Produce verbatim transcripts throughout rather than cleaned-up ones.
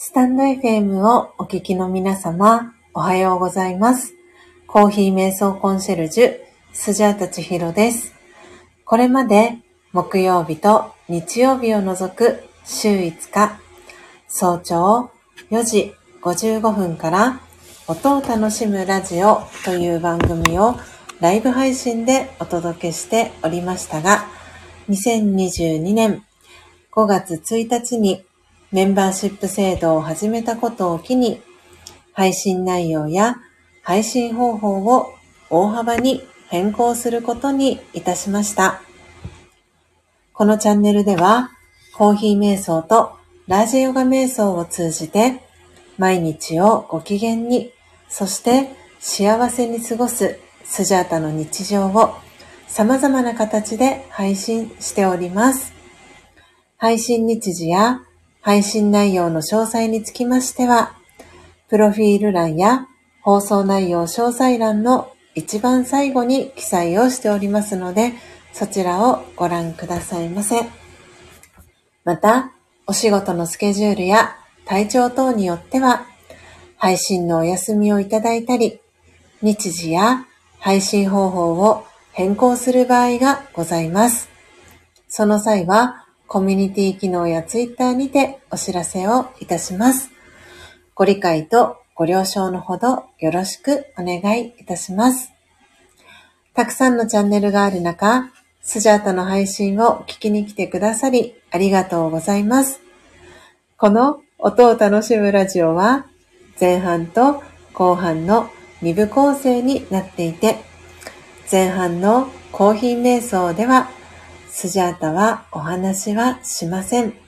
スタンド エフエム をお聞きの皆様、おはようございます。コーヒー瞑想コンシェルジュ、スジャータ千尋です。これまで木曜日と日曜日を除く週いつか、早朝よじごじゅうごふんから音を楽しむラジオという番組をライブ配信でお届けしておりましたが、にせんにじゅうにねんごがつついたちにメンバーシップ制度を始めたことを機に、配信内容や配信方法を大幅に変更することにいたしました。このチャンネルでは、コーヒー瞑想とラージャヨガ瞑想を通じて、毎日をご機嫌に、そして幸せに過ごすスジャータの日常を様々な形で配信しております。配信日時や配信内容の詳細につきましては、プロフィール欄や放送内容詳細欄の一番最後に記載をしておりますので、そちらをご覧くださいませ。また、お仕事のスケジュールや体調等によっては、配信のお休みをいただいたり、日時や配信方法を変更する場合がございます。その際は、コミュニティ機能やツイッターにてお知らせをいたします。ご理解とご了承のほどよろしくお願いいたします。たくさんのチャンネルがある中、スジャータの配信を聞きに来てくださりありがとうございます。この音を楽しむラジオは前半と後半のに部構成になっていて、前半のコーヒー瞑想ではスジャータはお話はしません。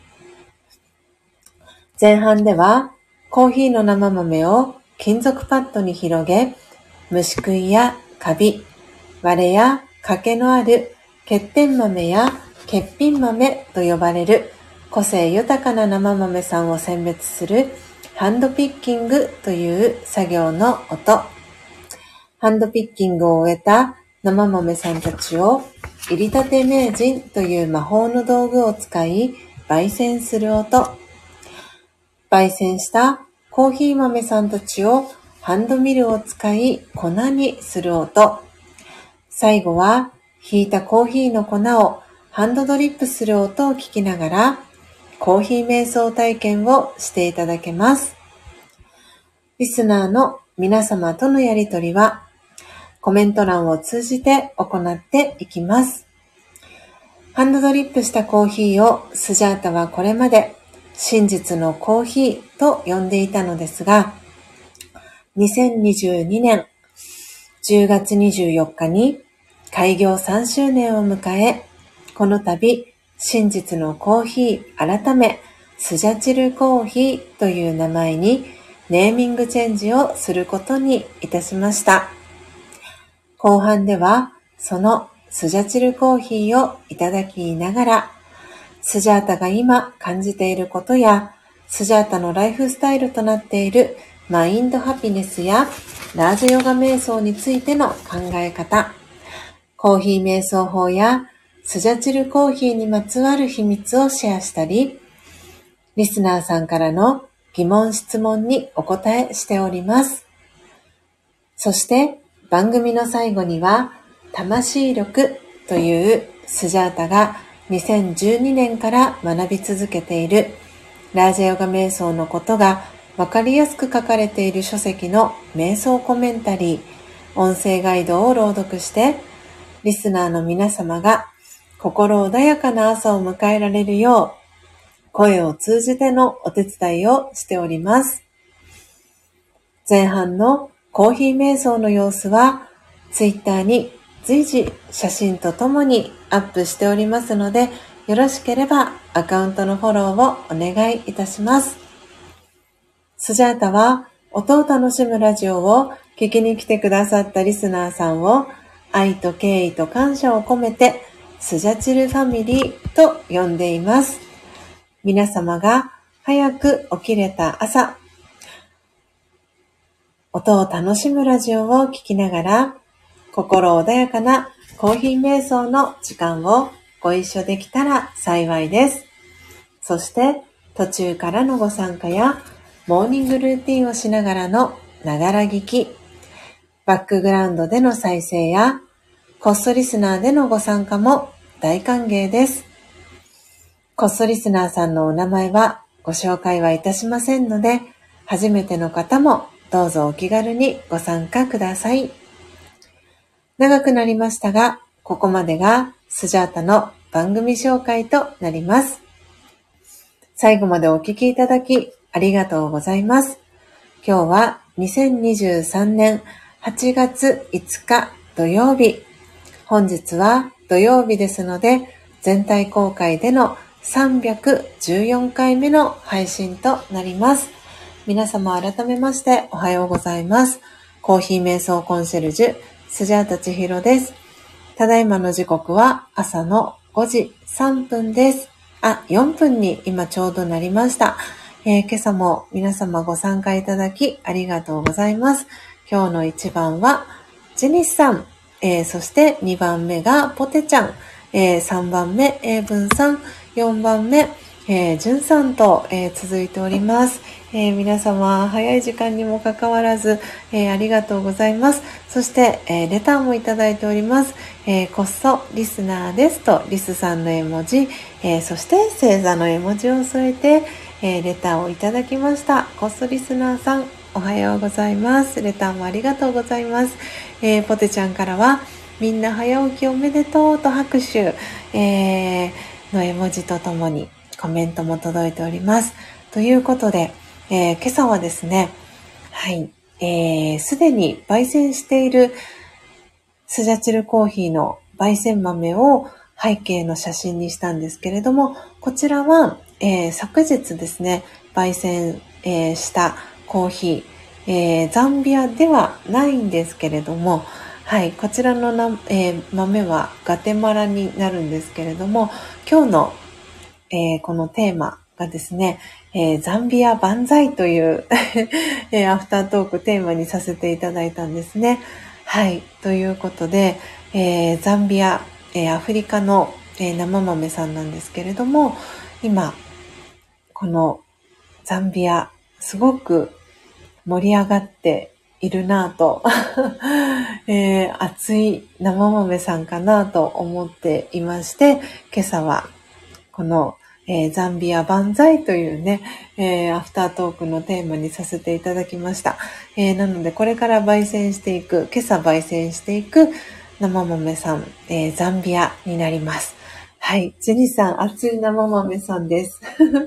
前半ではコーヒーの生豆を金属パッドに広げ、虫食いやカビ、割れや欠けのある欠点豆や欠品豆と呼ばれる個性豊かな生豆さんを選別するハンドピッキングという作業の音。ハンドピッキングを終えた生豆さんたちを入りたて名人という魔法の道具を使い焙煎する音。焙煎したコーヒー豆さんたちをハンドミルを使い粉にする音。最後はひいたコーヒーの粉をハンドドリップする音を聞きながらコーヒー瞑想体験をしていただけます。リスナーの皆様とのやりとりはコメント欄を通じて行っていきます。ハンドドリップしたコーヒーをスジャータはこれまで真実のコーヒーと呼んでいたのですが、にせんにじゅうにねんじゅうがつにじゅうよっかに開業さんしゅうねんを迎え、この度真実のコーヒー改めスジャチルコーヒーという名前にネーミングチェンジをすることにいたしました。後半ではそのスジャチルコーヒーをいただきながら、スジャータが今感じていることや、スジャータのライフスタイルとなっているマインドハピネスやラージャヨガ瞑想についての考え方、コーヒー瞑想法やスジャチルコーヒーにまつわる秘密をシェアしたり、リスナーさんからの疑問質問にお答えしております。そして番組の最後には魂力というスジャータがにせんじゅうにねんから学び続けているラージャヨガ瞑想のことがわかりやすく書かれている書籍の瞑想コメンタリー、音声ガイドを朗読して、リスナーの皆様が心穏やかな朝を迎えられるよう、声を通じてのお手伝いをしております。前半のコーヒー瞑想の様子は、ツイッターに随時写真とともにアップしておりますので、よろしければアカウントのフォローをお願いいたします。スジャータは音を楽しむラジオを聞きに来てくださったリスナーさんを愛と敬意と感謝を込めてスジャチルファミリーと呼んでいます。皆様が早く起きれた朝、音を楽しむラジオを聞きながら心穏やかなコーヒー瞑想の時間をご一緒できたら幸いです。そして途中からのご参加やモーニングルーティンをしながらのながら聞き、バックグラウンドでの再生やこっそリスナーでのご参加も大歓迎です。こっそリスナーさんのお名前はご紹介はいたしませんので、初めての方もどうぞお気軽にご参加ください。長くなりましたが、ここまでがスジャータの番組紹介となります。最後までお聞きいただきありがとうございます。今日はにせんにじゅうさんねんはちがついつか土曜日。本日は土曜日ですので、全体公開でのさんびゃくじゅうよんかいめの配信となります。皆様改めましておはようございます。コーヒー瞑想コンシェルジュ、スジャータ千尋です。ただいまの時刻は朝のごじさんぷんです。あ、よんぷんに今ちょうどなりました。えー、今朝も皆様ご参加いただきありがとうございます。今日のいちばんはジェニスさん、えー、そしてにばんめがポテちゃん、えー、さんばんめ英文さん、よんばんめ、えー、ジュンさんと、えー、続いております。えー、皆様早い時間にもかかわらず、えー、ありがとうございます。そして、えー、レターもいただいております。えー、こっそリスナーですとリスさんの絵文字、えー、そして星座の絵文字を添えて、えー、レターをいただきました。こっそリスナーさんおはようございます。レターもありがとうございます。えー、ポテちゃんからはみんな早起きおめでとうと拍手、えー、の絵文字とともにコメントも届いております。ということで、えー、今朝はですね、はい、えー、すでに焙煎しているスジャチルコーヒーの焙煎豆を背景の写真にしたんですけれども、こちらは、えー、昨日ですね、焙煎、えー、したコーヒー、えー、ザンビアではないんですけれども、はい、こちらのな、えー、豆はガテマラになるんですけれども、今日の、えー、このテーマがですね、えー、ザンビア万歳という、えー、アフタートークテーマにさせていただいたんですね。はい。ということで、えー、ザンビア、えー、アフリカの、えー、生豆さんなんですけれども、今、このザンビア、すごく盛り上がっているなぁと、えー、熱い生豆さんかなと思っていまして、今朝はこの、えー、ザンビア万歳というね、えー、アフタートークのテーマにさせていただきました。えー、なのでこれから焙煎していく、今朝焙煎していく生豆さん、えー、ザンビアになります。はい、ジェニーさん、熱い生豆さんです。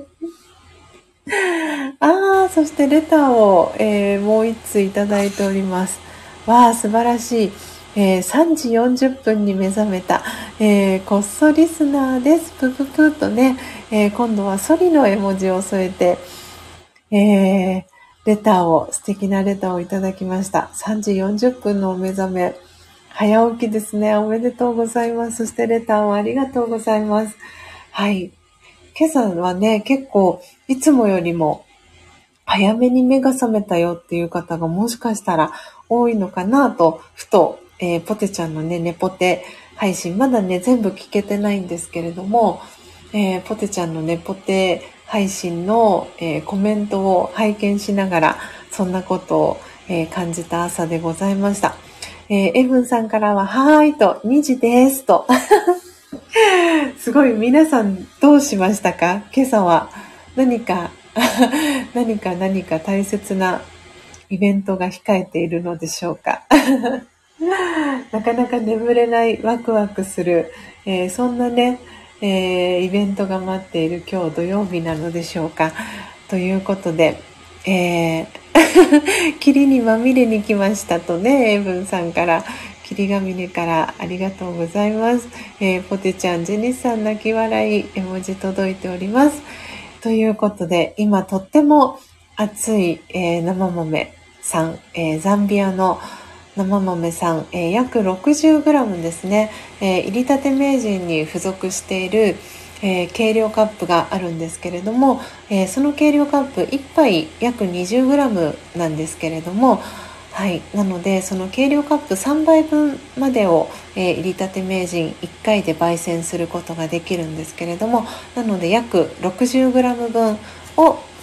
あー、そしてレターを、えー、もう一通いただいております。わー、素晴らしい。えー、さんじよんじゅっぷんに目覚めた、えー、こっそリスナーです。ぷぷぷとね、えー、今度はソリの絵文字を添えて、えー、レターを、素敵なレターをいただきました。さんじよんじゅっぷんのお目覚め。早起きですね。おめでとうございます。そしてレターをありがとうございます。はい。今朝はね、結構、いつもよりも、早めに目が覚めたよっていう方がもしかしたら多いのかなと、ふと、えー、ポテちゃんのね、ネポテ配信、まだね、全部聞けてないんですけれども、えー、ポテちゃんのネポテ配信の、えー、コメントを拝見しながら、そんなことを、えー、感じた朝でございました。えー、エブンさんからは、はーいと、にじですと。すごい、皆さんどうしましたか？今朝は何か、何か何か大切なイベントが控えているのでしょうか。なかなか眠れないワクワクする、えー、そんなね、えー、イベントが待っている今日土曜日なのでしょうか。ということで、えー、霧にまみれに来ましたとね、エイブンさんから霧が峰からありがとうございます。えー、ポテちゃん、ジェニスさん泣き笑い絵文字届いております。ということで、今とっても熱い、えー、生豆さん、えー、ザンビアの生豆さん、えー、約 ろくじゅうグラム ですね、えー、入りたて名人に付属している、えー、計量カップがあるんですけれども、えー、その計量カップいっぱい約 にじゅうグラム なんですけれども、はい、なのでその計量カップさんばいぶんまでを、えー、入りたて名人いっかいで焙煎することができるんですけれども、なので約 ろくじゅうグラム 分を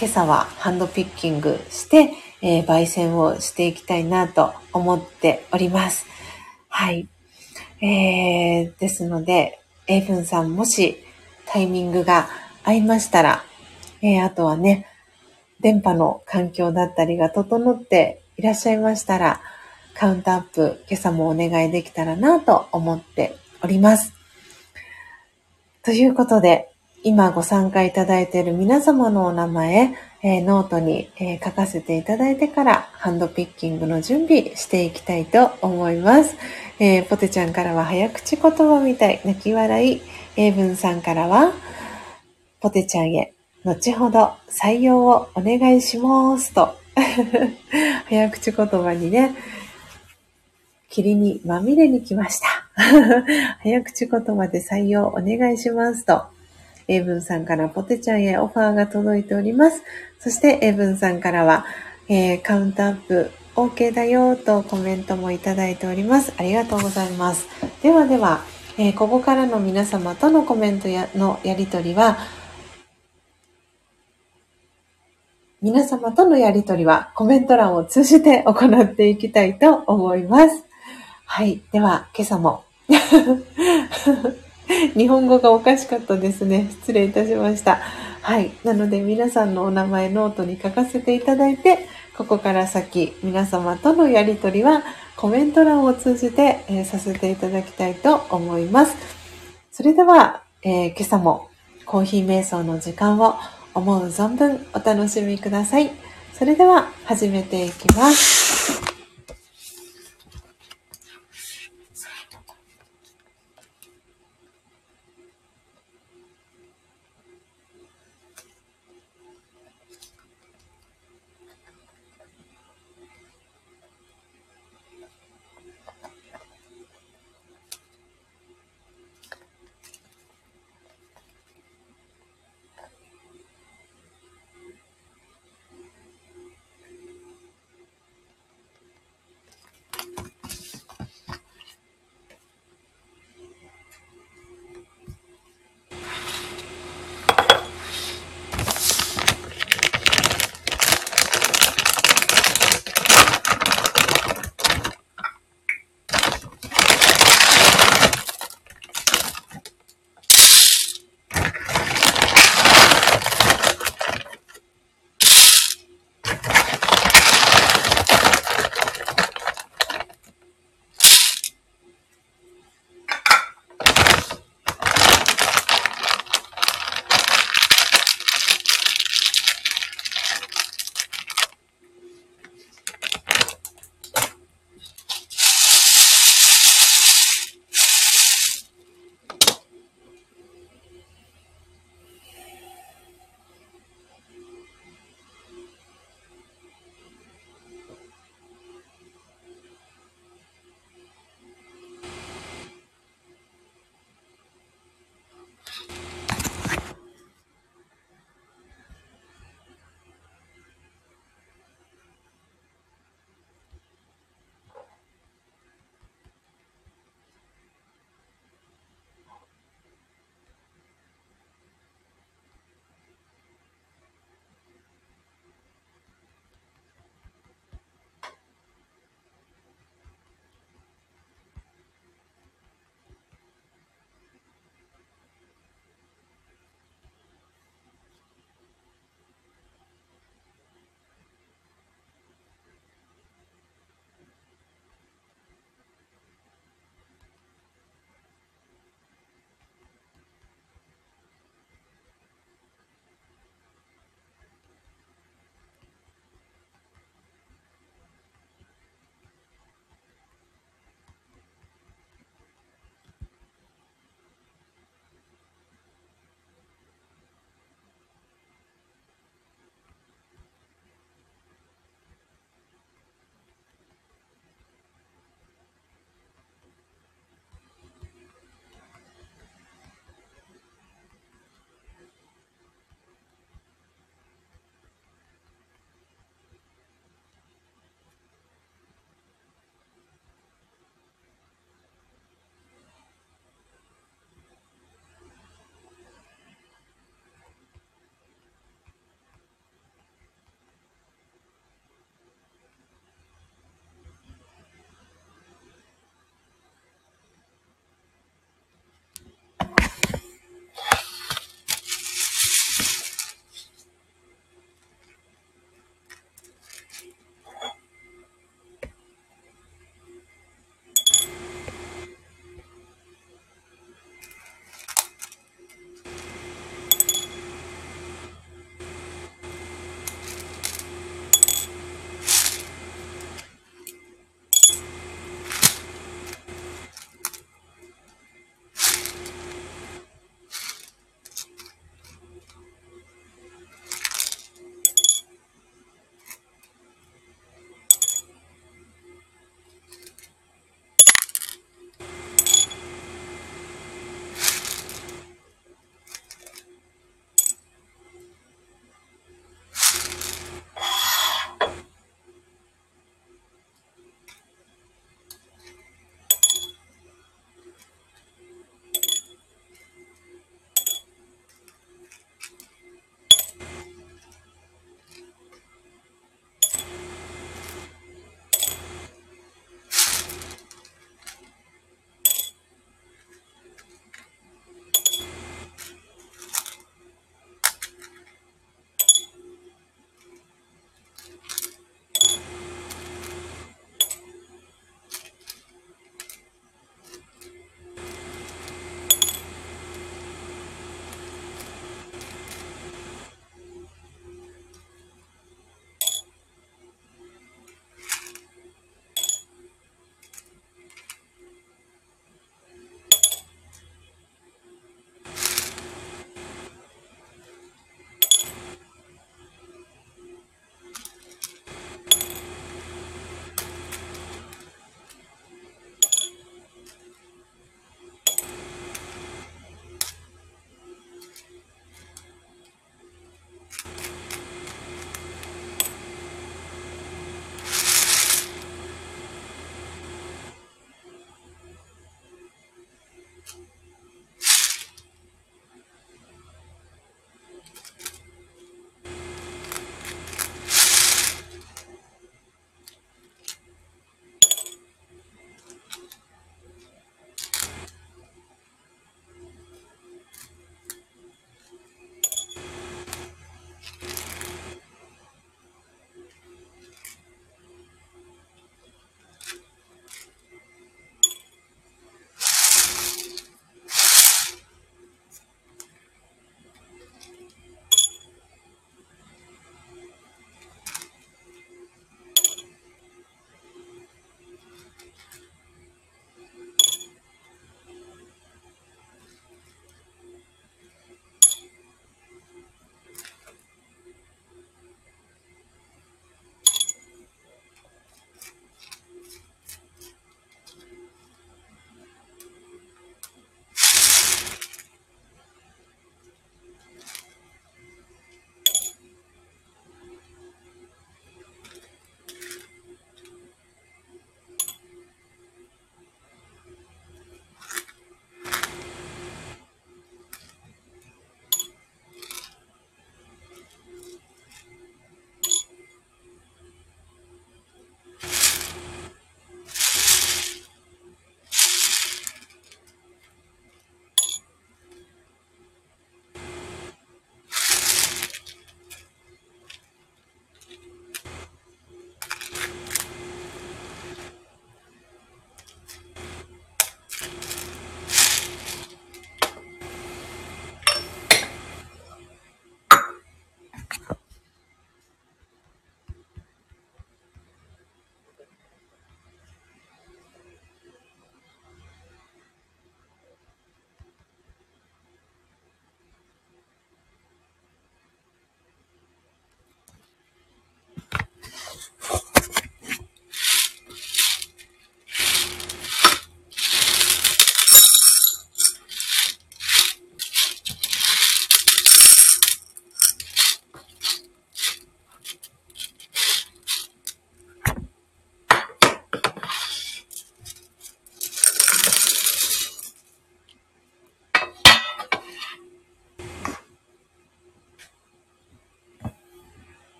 今朝はハンドピッキングして、えー、焙煎をしていきたいなと思っております。はい。えー、ですので、エイブンさんもしタイミングが合いましたら、えー、あとはね、電波の環境だったりが整っていらっしゃいましたら、カウントアップ今朝もお願いできたらなと思っております。ということで、今ご参加いただいている皆様のお名前、えー、ノートに、えー、書かせていただいてからハンドピッキングの準備していきたいと思います。えー、ポテちゃんからは早口言葉みたい泣き笑い、エイブンさんからはポテちゃんへ後ほど採用をお願いしますと早口言葉にね、霧にまみれに来ました。早口言葉で採用お願いしますと、エイブンさんからポテちゃんへオファーが届いております。そしてエイブンさんからは、えー、カウントアップ OK だよとコメントもいただいております。ありがとうございます。ではでは、えー、ここからの皆様とのコメントやのやり取りは、皆様とのやり取りはコメント欄を通じて行っていきたいと思います。はい。では、今朝も日本語がおかしかったですね。失礼いたしました。はい。なので、皆さんのお名前ノートに書かせていただいて、ここから先、皆様とのやりとりはコメント欄を通じて、えー、させていただきたいと思います。それでは、えー、今朝もコーヒー瞑想の時間を思う存分お楽しみください。それでは始めていきます。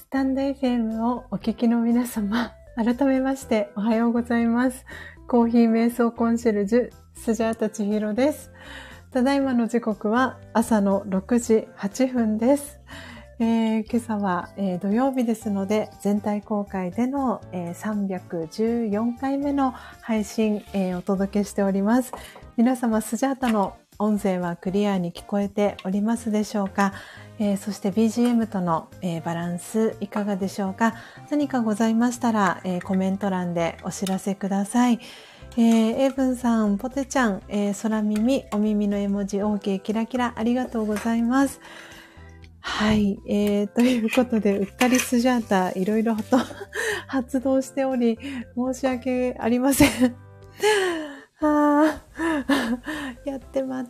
スタンド エフエム をお聞きの皆様、改めましておはようございます。コーヒー瞑想コンシェルジュ、スジャータ千尋です。ただいまの時刻は朝のろくじはっぷんです。えー、今朝は、えー、土曜日ですので、全体公開での、えー、さんびゃくじゅうよんかいめの配信、えー、お届けしております。皆様、スジャータの音声はクリアに聞こえておりますでしょうか？えー、そして ビージーエム との、えー、バランスいかがでしょうか？何かございましたら、えー、コメント欄でお知らせください。えー、エイブンさん、ポテちゃん、えー、空耳、お耳の絵文字 OK キラキラありがとうございます。はい、えー、ということで、うっかりスジャータいろいろと発動しており、申し訳ありません。あやってまった。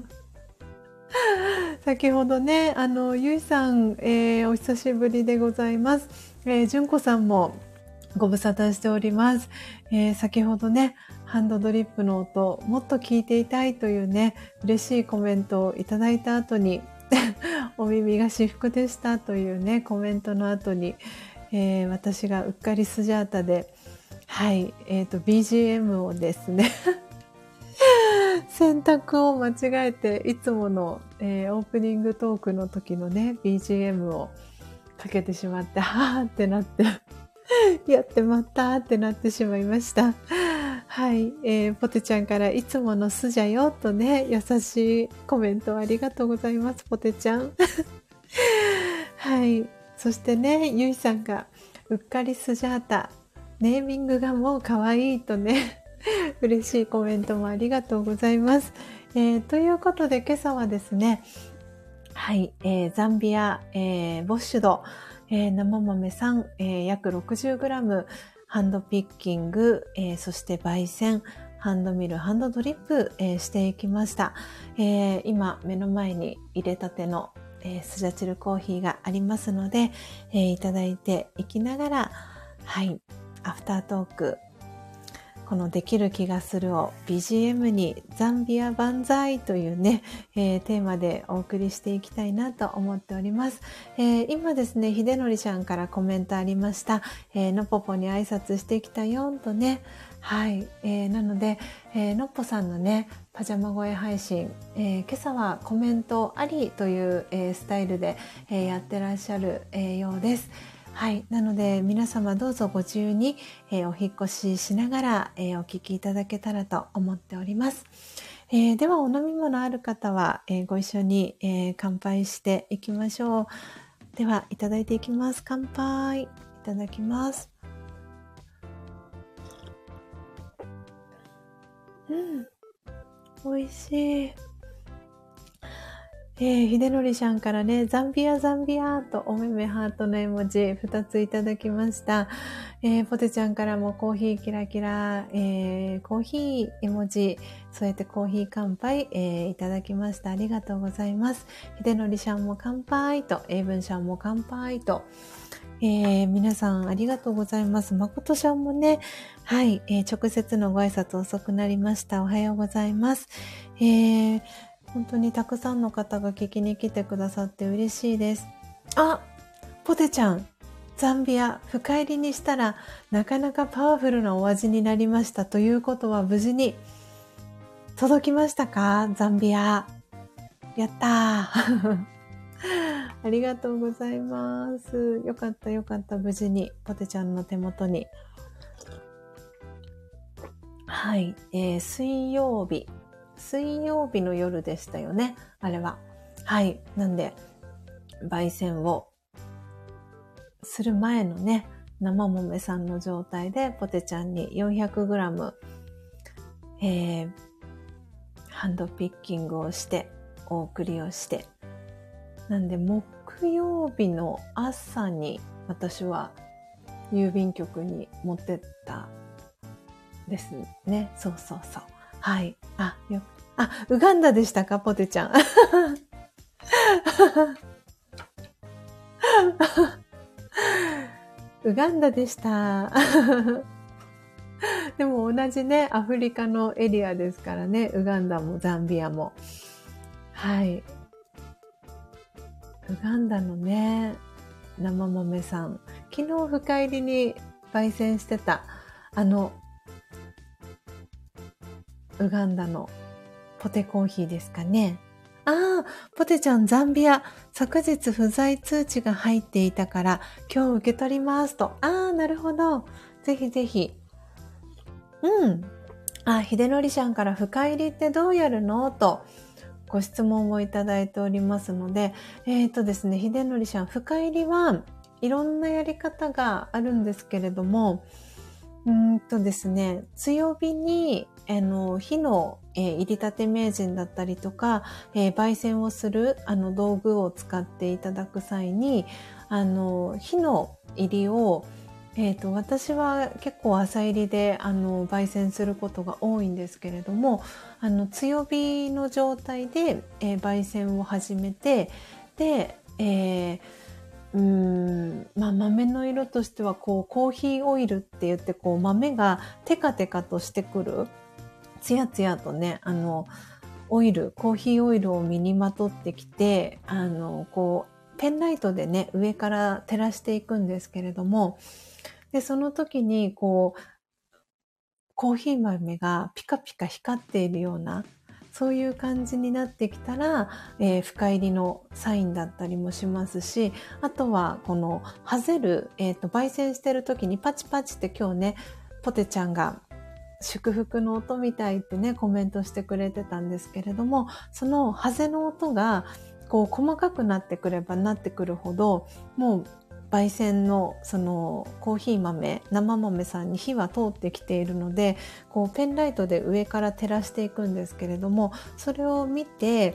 先ほどね、あの、ゆいさん、えー、お久しぶりでございます。えー、じゅんこさんもご無沙汰しております。えー、先ほどね、ハンドドリップの音、もっと聞いていたいというね、嬉しいコメントをいただいた後に、お耳が至福でしたというね、コメントの後に、えー、私がうっかりスジャータで、はい、えっと、ビージーエム をですね、選択を間違えて、いつもの、えー、オープニングトークの時のね、ビージーエム をかけてしまって、はーってなって、やってまったーってなってしまいました。はい、えー、ポテちゃんからいつものスじゃよとね、優しいコメントありがとうございます、ポテちゃん。はい、そしてね、ゆいさんがうっかりスジャータ、ネーミングがもう可愛いとね、嬉しいコメントもありがとうございます。えー、ということで今朝はですね、はい、えー、ザンビア、えー、ボッシュド、えー、生豆さん、えー、約 ろくじゅうグラム、ハンドピッキング、えー、そして焙煎、ハンドミル、ハンドドリップ、えー、していきました。えー、今目の前に入れたての、えー、スジャチルコーヒーがありますので、えー、いただいていきながら、はい、アフタートーク、このできる気がするを ビージーエム にザンビア万歳というね、えー、テーマでお送りしていきたいなと思っております。えー、今ですね、秀則ちゃんからコメントありました。えー、のっぽぽに挨拶してきたよとね。はい。えー、なので、えー、のっぽさんのね、パジャマ声配信、えー、今朝はコメントありという、えー、スタイルで、えー、やってらっしゃる、えー、ようです。はい。なので、皆様どうぞご自由に、えー、お引っ越ししながら、えー、お聞きいただけたらと思っております。えー、では、お飲み物ある方は、えー、ご一緒に、えー、乾杯していきましょう。では、いただいていきます。乾杯。いただきます。うん。美味しい。えー、秀則ちゃんからね、ザンビアザンビアとおめめハートの絵文字ふたついただきました。えー、ポテちゃんからもコーヒーキラキラ、えー、コーヒー絵文字、添えてコーヒー乾杯、えー、いただきました。ありがとうございます。秀則ちゃんも乾杯と、英文ちゃんも乾杯と、えー、皆さんありがとうございます。誠ちゃんもね、はい、えー、直接のご挨拶遅くなりました。おはようございます。えー本当にたくさんの方が聞きに来てくださって嬉しいです。あ、ポテちゃん、ザンビア、深入りにしたらなかなかパワフルなお味になりました。ということは無事に届きましたか？ザンビア。やったー。ありがとうございます。よかったよかった。無事にポテちゃんの手元に。はい、えー、水曜日。水曜日の夜でしたよね、あれは。はい。なんで、焙煎をする前のね、生豆さんの状態で、ポテちゃんに よんひゃくグラム、えー、ハンドピッキングをして、お送りをして。なんで、木曜日の朝に、私は郵便局に持ってったですね。そうそうそう。はい。あ、よ、あ、ウガンダでしたか、ポテちゃん。ウガンダでした。でも同じね、アフリカのエリアですからね、ウガンダもザンビアも。はい。ウガンダのね、 生豆さん。昨日深入りに焙煎してた、あの、ウガンダのポテコーヒーですかね。ああ、ポテちゃんザンビア。昨日不在通知が入っていたから今日受け取りますと。ああ、なるほど。ぜひぜひ。うん。あ、秀則ちゃんから深入りってどうやるのとご質問をいただいておりますので、えっとですね、秀則ちゃん、深入りはいろんなやり方があるんですけれども、うーんとですね、強火に、あの、火の、えー入りたて名人だったりとか、えー焙煎をする、あの、道具を使っていただく際に、あの、火の入りを、えっと、私は結構浅入りで、あの、焙煎することが多いんですけれども、あの、強火の状態で、えー焙煎を始めて、で、えーうーん、まあ豆の色としてはこうコーヒーオイルって言ってこう豆がテカテカとしてくる、ツヤツヤとね、あの、オイル、コーヒーオイルを身にまとってきて、あの、こう、ペンライトでね、上から照らしていくんですけれども、で、その時にこう、コーヒー豆がピカピカ光っているような、そういう感じになってきたら、えー深入りのサインだったりもしますし、あとはこのハゼる、えっと、焙煎してる時にパチパチって今日ね、ポテちゃんが祝福の音みたいってね、コメントしてくれてたんですけれども、そのハゼの音がこう細かくなってくればなってくるほど、もう焙煎のそのコーヒー豆、生豆さんに火は通ってきているので、こうペンライトで上から照らしていくんですけれども、それを見て、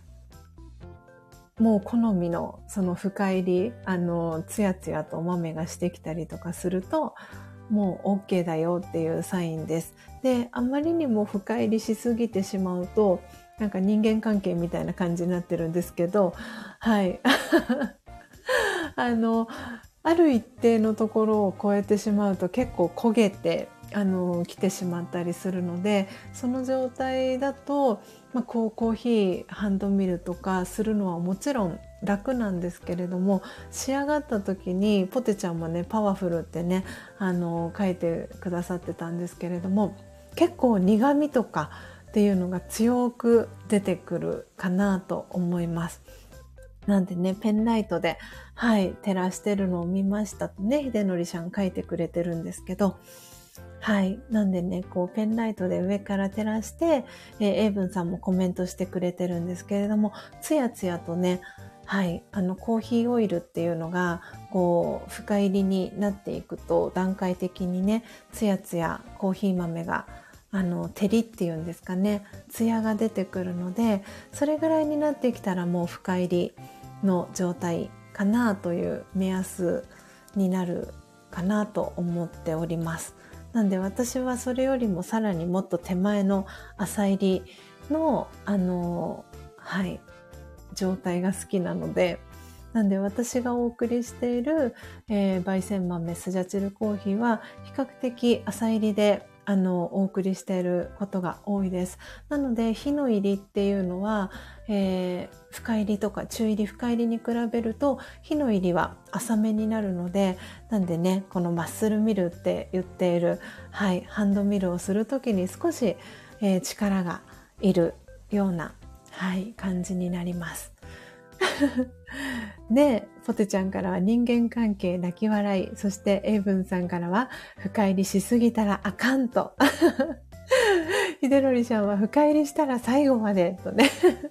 もう好みのその深入り、あの、ツヤツヤとお豆がしてきたりとかすると、もう OK だよっていうサインです。で、あまりにも深入りしすぎてしまうと、なんか人間関係みたいな感じになってるんですけど、はい。あの、ある一定のところを超えてしまうと結構焦げて、あの、来てしまったりするので、その状態だと、まあ、こうコーヒーハンドミルとかするのはもちろん楽なんですけれども、仕上がった時にポテちゃんもね、パワフルってね、あの、書いてくださってたんですけれども、結構苦味とかっていうのが強く出てくるかなと思います。なんでね、ペンライトで、はい、照らしてるのを見ましたとね、秀則ちゃん書いてくれてるんですけど、はい。なんでね、こう、ペンライトで上から照らして、えー、エイブンさんもコメントしてくれてるんですけれども、つやつやとね、はい、あの、コーヒーオイルっていうのが、こう、深入りになっていくと、段階的にね、つやつやコーヒー豆が、あの、照りっていうんですかね、ツヤが出てくるので、それぐらいになってきたらもう深入りの状態かなという目安になるかなと思っております。なんで私はそれよりもさらにもっと手前の浅入りの、あの、はい、状態が好きなので、なんで私がお送りしている、えー、焙煎豆スジャチルコーヒーは比較的浅入りであのお送りしていることが多いです。なので火の入りっていうのは、えー、深入りとか中入り深入りに比べると火の入りは浅めになるので、なんでね、このマッスルミルって言っている、はい、ハンドミルをするときに少し、えー、力がいるような、はい、感じになります。で、ポテちゃんからは人間関係泣き笑い、そしてエイブンさんからは深入りしすぎたらあかんと。ヒデロリちゃんは深入りしたら最後までとね。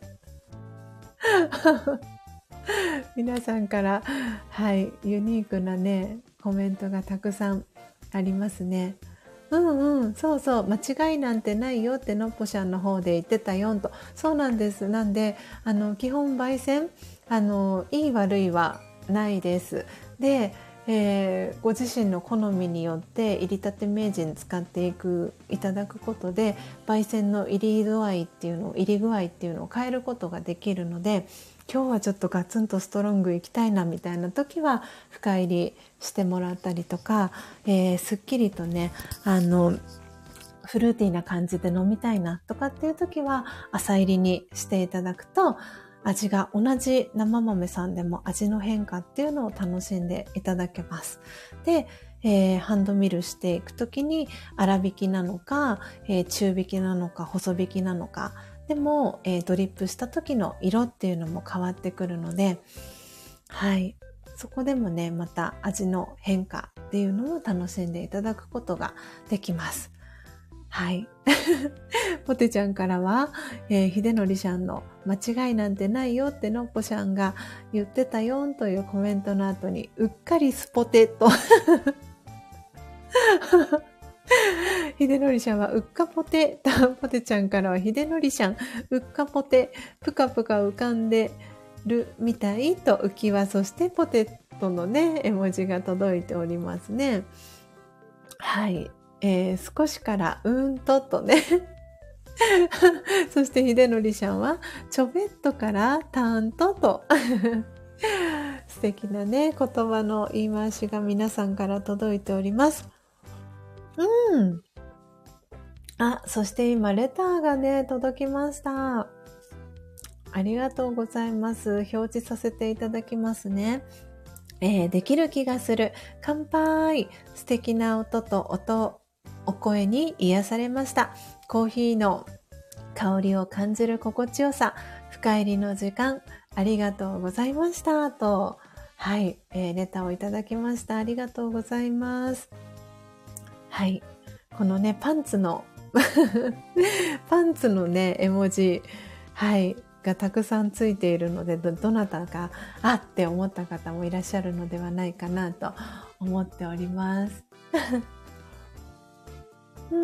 皆さんから、はい、ユニークなね、コメントがたくさんありますね。うんうん、そうそう、間違いなんてないよってのっぽしゃんの方で言ってたよんと。そうなんです。なんで、あの、基本焙煎、あの、いい悪いはないです。で、えー、ご自身の好みによって入りたて名人使っていくいただくことで焙煎の入り度合いっていうのを入り具合っていうのを変えることができるので、今日はちょっとガツンとストロングいきたいなみたいな時は深入りしてもらったりとか、えー、すっきりとね、あのフルーティーな感じで飲みたいなとかっていう時は浅入りにしていただくと、 味が同じ生豆さんでも味の変化っていうのを楽しんでいただけます。で、えー、ハンドミルしていくときに粗挽きなのか、えー、中挽きなのか細挽きなのかでも、えー、ドリップした時の色っていうのも変わってくるので、はい。そこでもね、また味の変化っていうのを楽しんでいただくことができます。はい。ポテちゃんからは、えー、秀則ちゃんの間違いなんてないよってのっぽちゃんが言ってたよんというコメントの後に、うっかりスポテと。秀則ちゃんはうっかポテ。ポテちゃんからは秀則ちゃん、うっかポテ。ぷかぷか浮かんでるみたいと浮き輪、そしてポテトのね、絵文字が届いておりますね。はい。えー、少しからうーんととね。そして秀則ちゃんはちょべっとからたーんとと。素敵なね、言葉の言い回しが皆さんから届いております。うん。あ、そして今レターがね、届きました。ありがとうございます。表示させていただきますね。えー、できる気がする。乾杯。素敵な音と音、お声に癒されました。コーヒーの香りを感じる心地よさ、深入りの時間、ありがとうございました。と、はい、えー、レターをいただきました。ありがとうございます。はい、このね、パンツの、パンツのね、絵文字、はい、がたくさんついているので、ど、どなたか、あって思った方もいらっしゃるのではないかなと思っております。うん。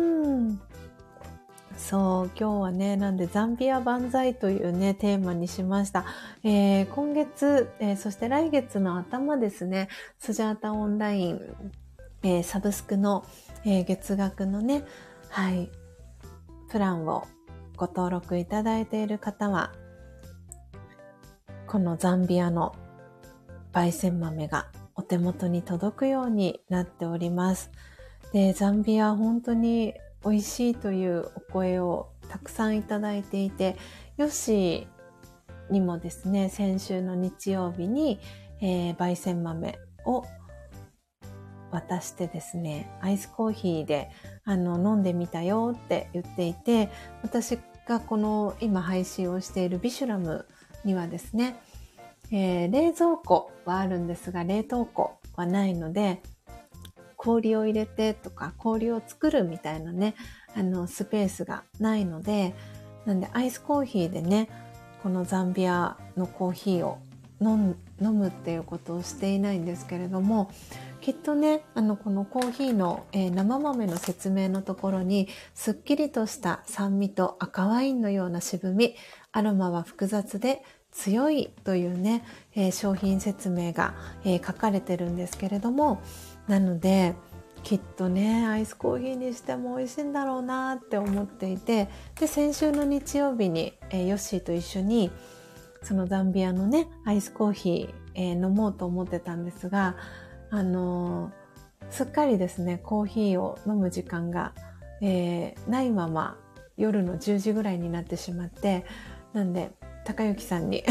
そう、今日はね、なんでザンビア万歳というね、テーマにしました。えー、今月、えー、そして来月の頭ですね、スジャータオンライン、えー、サブスクの、えー、月額のね、はい、プランをご登録いただいている方は、このザンビアの焙煎豆がお手元に届くようになっております。で、ザンビア本当に美味しいというお声をたくさんいただいていて、ヨッシーにもですね、先週の日曜日に、えー、焙煎豆を渡してですね、アイスコーヒーであの飲んでみたよって言っていて、私がこの今配信をしているビシュラムにはですね、えー、冷蔵庫はあるんですが冷凍庫はないので、氷を入れてとか氷を作るみたいなね、あのスペースがないので、なんでアイスコーヒーでね、このザンビアのコーヒーを飲む、飲むっていうことをしていないんですけれども、きっとね、あのこのコーヒーの、えー、生豆の説明のところにすっきりとした酸味と赤ワインのような渋み、アロマは複雑で強いというね、えー、商品説明が、えー、書かれてるんですけれども、なのできっとねアイスコーヒーにしても美味しいんだろうなって思っていて、で先週の日曜日に、えー、ヨッシーと一緒にそのザンビアのねアイスコーヒー、えー、飲もうと思ってたんですが、あのー、すっかりですねコーヒーを飲む時間が、えー、ないまま夜のじゅうじぐらいになってしまって、なんで高幸さんに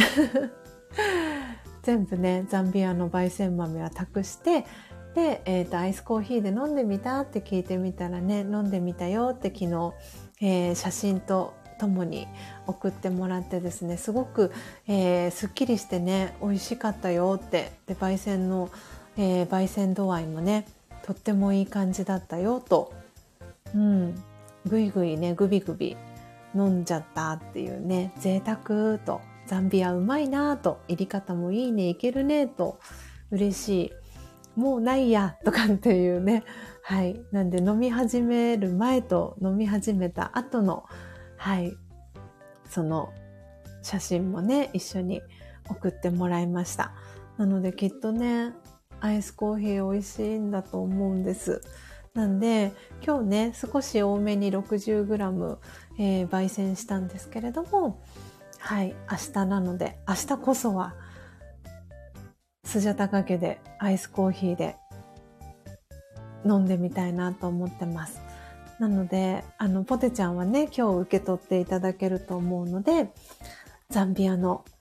全部ねザンビアの焙煎豆は託して、で、えーと、アイスコーヒーで飲んでみたって聞いてみたらね、飲んでみたよって昨日、えー、写真とともに送ってもらってですね、すごく、えー、すっきりしてね美味しかったよって、で焙煎の、えー、焙煎度合いもねとってもいい感じだったよと、うん、ぐいぐいねグビグビ飲んじゃったっていうね、贅沢と、ザンビアうまいなと、入り方もいいね、いけるねと、嬉しい、もうないやとかっていうね、はい、なんで飲み始める前と飲み始めた後の、はい、その写真もね一緒に送ってもらいました。なのできっとねアイスコーヒー美味しいんだと思うんです。なんで今日ね少し多めに ろくじゅうグラム、えー、焙煎したんですけれども、はい、明日なので明日こそはスジャタカ家でアイスコーヒーで飲んでみたいなと思ってます。なのであのポテちゃんはね今日受け取っていただけると思うので、ザンビアの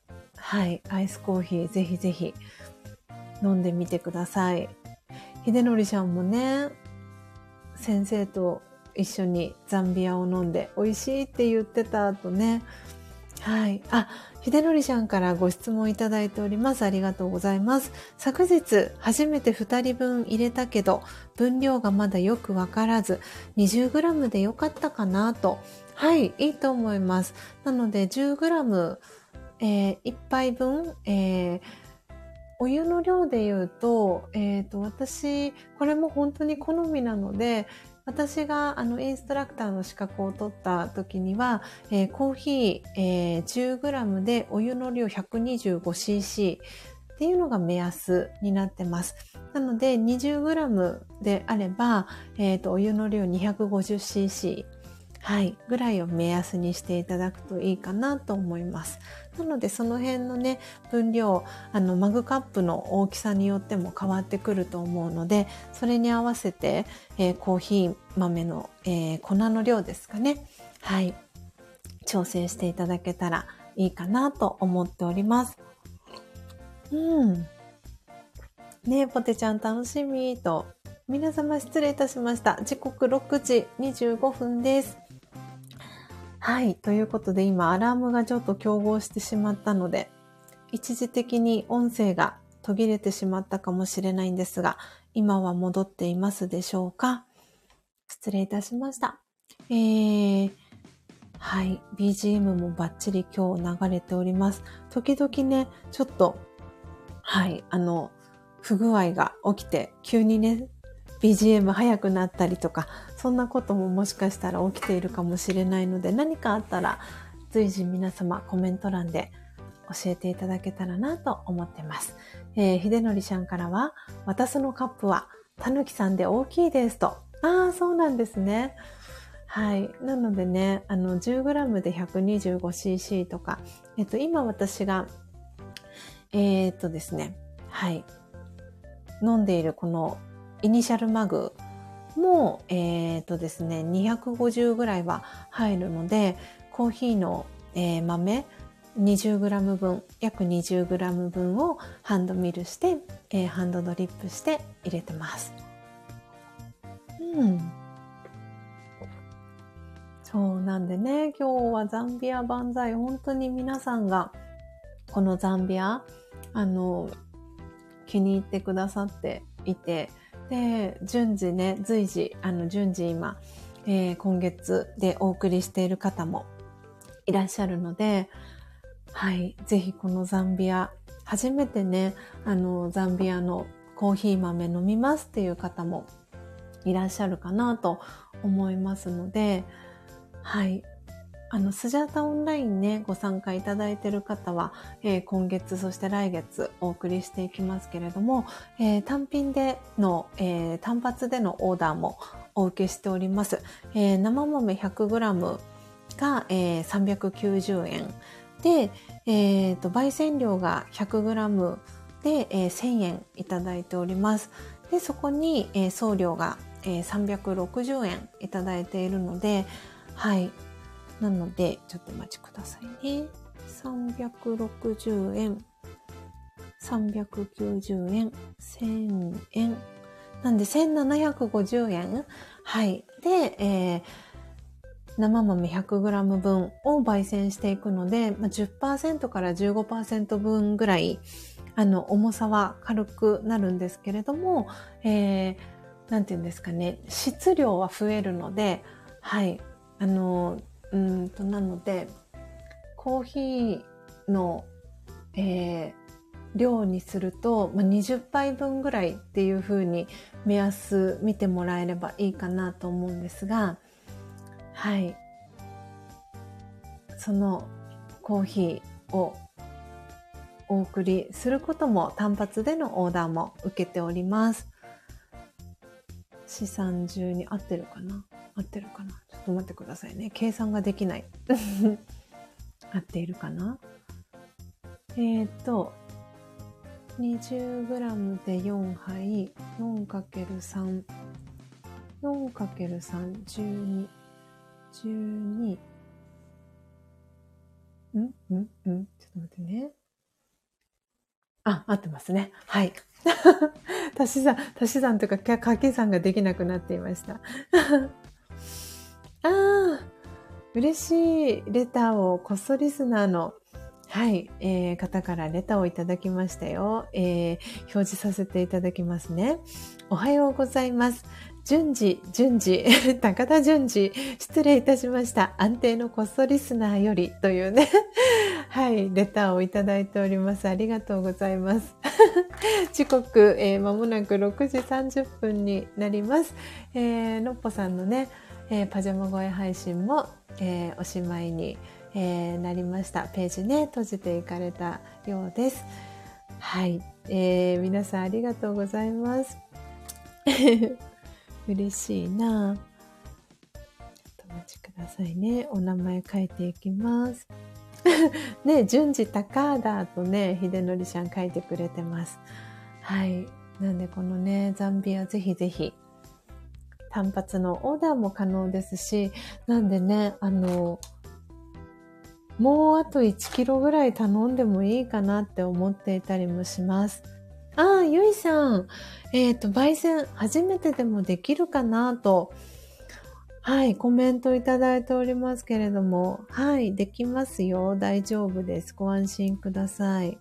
はい、アイスコーヒーぜひぜひ飲んでみてください。秀則ちゃんもね、先生と一緒にザンビアを飲んで美味しいって言ってた後ね。はい。あ、秀則ちゃんからご質問いただいております。ありがとうございます。昨日初めてふたりぶん入れたけど、分量がまだよくわからず、にじゅうグラム でよかったかなと。はい、いいと思います。なので じゅうグラム、えー、いっぱいぶん、えーお湯の量で言うと、えっと、私、これも本当に好みなので、私があのインストラクターの資格を取った時には、えーコーヒー、えー じゅうグラム でお湯の量 ひゃくにじゅうごシーシー っていうのが目安になってます。なので にじゅうグラム であれば、えっと、お湯の量 にひゃくごじゅうシーシー、はい、ぐらいを目安にしていただくといいかなと思います。なのでその辺のね、分量、あのマグカップの大きさによっても変わってくると思うので、それに合わせて、えーコーヒー豆の、えー粉の量ですかね。はい。調整していただけたらいいかなと思っております。うん。ねえ、ポテちゃん楽しみと。皆様失礼いたしました。時刻ろくじにじゅうごふんです。はい。ということで今アラームがちょっと競合してしまったので、一時的に音声が途切れてしまったかもしれないんですが、今は戻っていますでしょうか？失礼いたしました。えー、はい。ビージーエム もバッチリ今日流れております。時々ね、ちょっと、はい、あの、不具合が起きて、急にね、ビージーエム 早くなったりとか、そんなことももしかしたら起きているかもしれないので、何かあったら随時皆様コメント欄で教えていただけたらなと思ってます。えー、秀則ちゃんからは、私のカップはたぬきさんで大きいですと。ああ、そうなんですね。はい。なのでね、あの、じゅうグラム で ひゃくにじゅうごシーシー とか、えっと、今私が、えー、っとですね、はい。飲んでいるこのイニシャルマグも、えー、っとですね、にひゃくごじゅうぐらいは入るので、コーヒーの、えー豆、にじゅうグラム 分、約 にじゅうグラム 分をハンドミルして、えーハンドドリップして入れてます。うん。そうなんでね、今日はザンビア万歳。本当に皆さんがこのザンビア、あの、気に入ってくださっていて、で、順次ね、随時、あの、順次今、えー今月でお送りしている方もいらっしゃるので、はい、ぜひこのザンビア、初めてね、あの、ザンビアのコーヒー豆飲みますっていう方もいらっしゃるかなと思いますので、はい。あの、スジャータオンラインね、ご参加いただいている方は、えー今月、そして来月お送りしていきますけれども、えー単品での、えー単発でのオーダーもお受けしております。えー生豆 ひゃくグラム が、えーさんびゃくきゅうじゅうえん。で、えーと、焙煎量が ひゃくグラム で、えーせんえんいただいております。で、そこに、えー送料が、えーさんびゃくろくじゅうえんいただいているので、はい。なので、ちょっとお待ちくださいね。さんびゃくろくじゅうえん、さんびゃくきゅうじゅうえん、せんえん。なんでせんななひゃくごじゅうえん。はい。で、えー、生豆 ひゃくグラム 分を焙煎していくので、まあ、じゅっパーセント から じゅうごパーセント 分ぐらい、あの、重さは軽くなるんですけれども、えー、なんていうんですかね、質量は増えるので、はい。あの、うーんと、なので、コーヒーの、えー量にすると、まあ、にじゅっぱいぶんぐらいっていう風に目安見てもらえればいいかなと思うんですが、はい。そのコーヒーをお送りすることも単発でのオーダーも受けております。資産中に合ってるかな合ってるかなちょっと待ってくださいね。計算ができない。合っているかなえっと、にじゅうグラム でよんはい、よんかけるさん、よんかけるさん、じゅうに、じゅうに、んんんちょっと待ってね。 あ、合ってますね。はい。足し算、足し算というか掛け算ができなくなっていました。ああ、嬉しいレターをこっそリスナーの、はい、えー、方からレターをいただきましたよ。えー、表示させていただきますね。おはようございます。順次、順次、高田順次、失礼いたしました。安定のこっそリスナーよりというね、はい、レターをいただいております。ありがとうございます。時刻、えー、間もなくろくじさんじゅっぷんになります。えー、のっぽさんのね、えー、パジャマ声配信も、えー、おしまいに、えー、なりました。ページね、閉じていかれたようです。はい、えー、皆さんありがとうございます。嬉しいな。ちょっとお待ちくださいね。お名前書いていきます。ね、順次高田とね、秀則ちゃん書いてくれてます。はい。なんでこのね、ザンビアぜひぜひ、単発のオーダーも可能ですし、なんでね、あの、もうあといちキロぐらい頼んでもいいかなって思っていたりもします。ああ、ゆいさん。えっと、焙煎初めてでもできるかなと、はい、コメントいただいておりますけれども、はい、できますよ。大丈夫です。ご安心ください。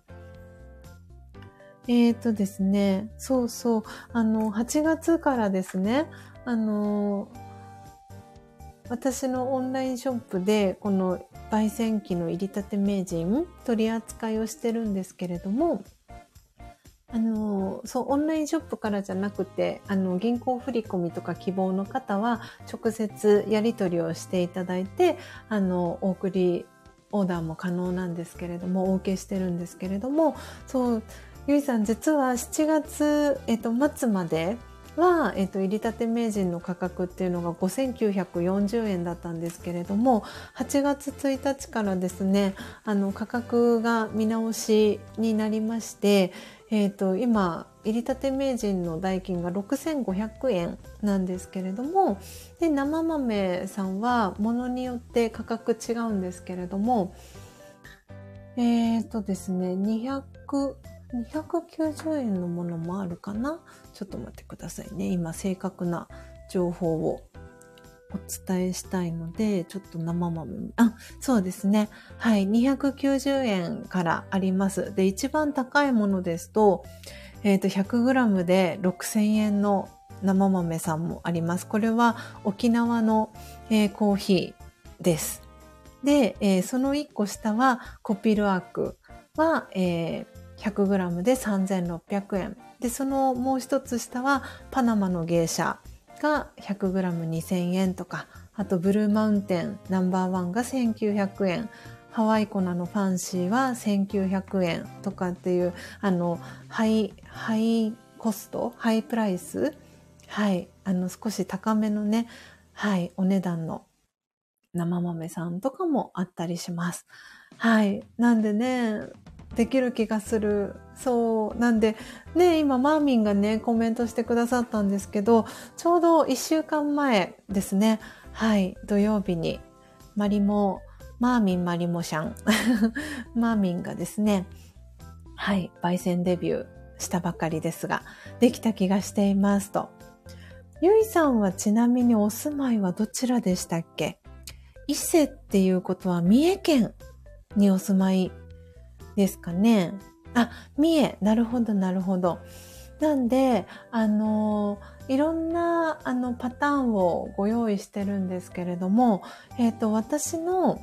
えっとですね、そうそう、あの、はちがつからですね、あの、私のオンラインショップで、この焙煎機の入りたて名人、取り扱いをしてるんですけれども、あの、そう、オンラインショップからじゃなくて、あの、銀行振込とか希望の方は、直接やり取りをしていただいて、あの、お送り、オーダーも可能なんですけれども、お受けしてるんですけれども、そう、ゆいさん、実はしちがつ、えっと、末までは、えっと、入りたて名人の価格っていうのがごせんきゅうひゃくよんじゅうえんだったんですけれども、はちがつついたちからですね、あの、価格が見直しになりまして、えっと、今、入りたて名人の代金がろくせんごひゃくえんなんですけれども、で、生豆さんは物によって価格違うんですけれども、えっとですね、にひゃく、にひゃくきゅうじゅうえんのものもあるかな？ちょっと待ってくださいね。今、正確な情報をお伝えしたいので、ちょっと生豆、あ、そうですね。はい、にひゃくきゅうじゅうえんからあります。で、一番高いものですと、えっと、ひゃくグラム でろくせんえんの生豆さんもあります。これは沖縄の、えー、コーヒーです。で、えー、そのいっこ下はコピルアークは、えー、ひゃくグラム でさんぜんろっぴゃくえん。で、そのもう一つ下はパナマの芸者が ひゃくグラムにせんえんとか、あとブルーマウンテンナンバーワンがせんきゅうひゃくえん、ハワイコナのファンシーはせんきゅうひゃくえんとかっていう、あの、ハイ、ハイコスト、ハイプライス、はい、あの、少し高めのね、はい、お値段の生豆さんとかもあったりします。はい。なんでね、できる気がする。そう。なんで、ね、今、マーミンがね、コメントしてくださったんですけど、ちょうどいっしゅうかんまえですね。はい。土曜日に、マリモ、マーミンマリモシャン。マーミンがですね、はい。焙煎デビューしたばかりですが、できた気がしていますと。ゆいさんはちなみにお住まいはどちらでしたっけ？伊勢っていうことは三重県にお住まいですかね。あ、三重。なるほど、なるほど。なんで、あの、いろんな、あの、パターンをご用意してるんですけれども、えっと、私の、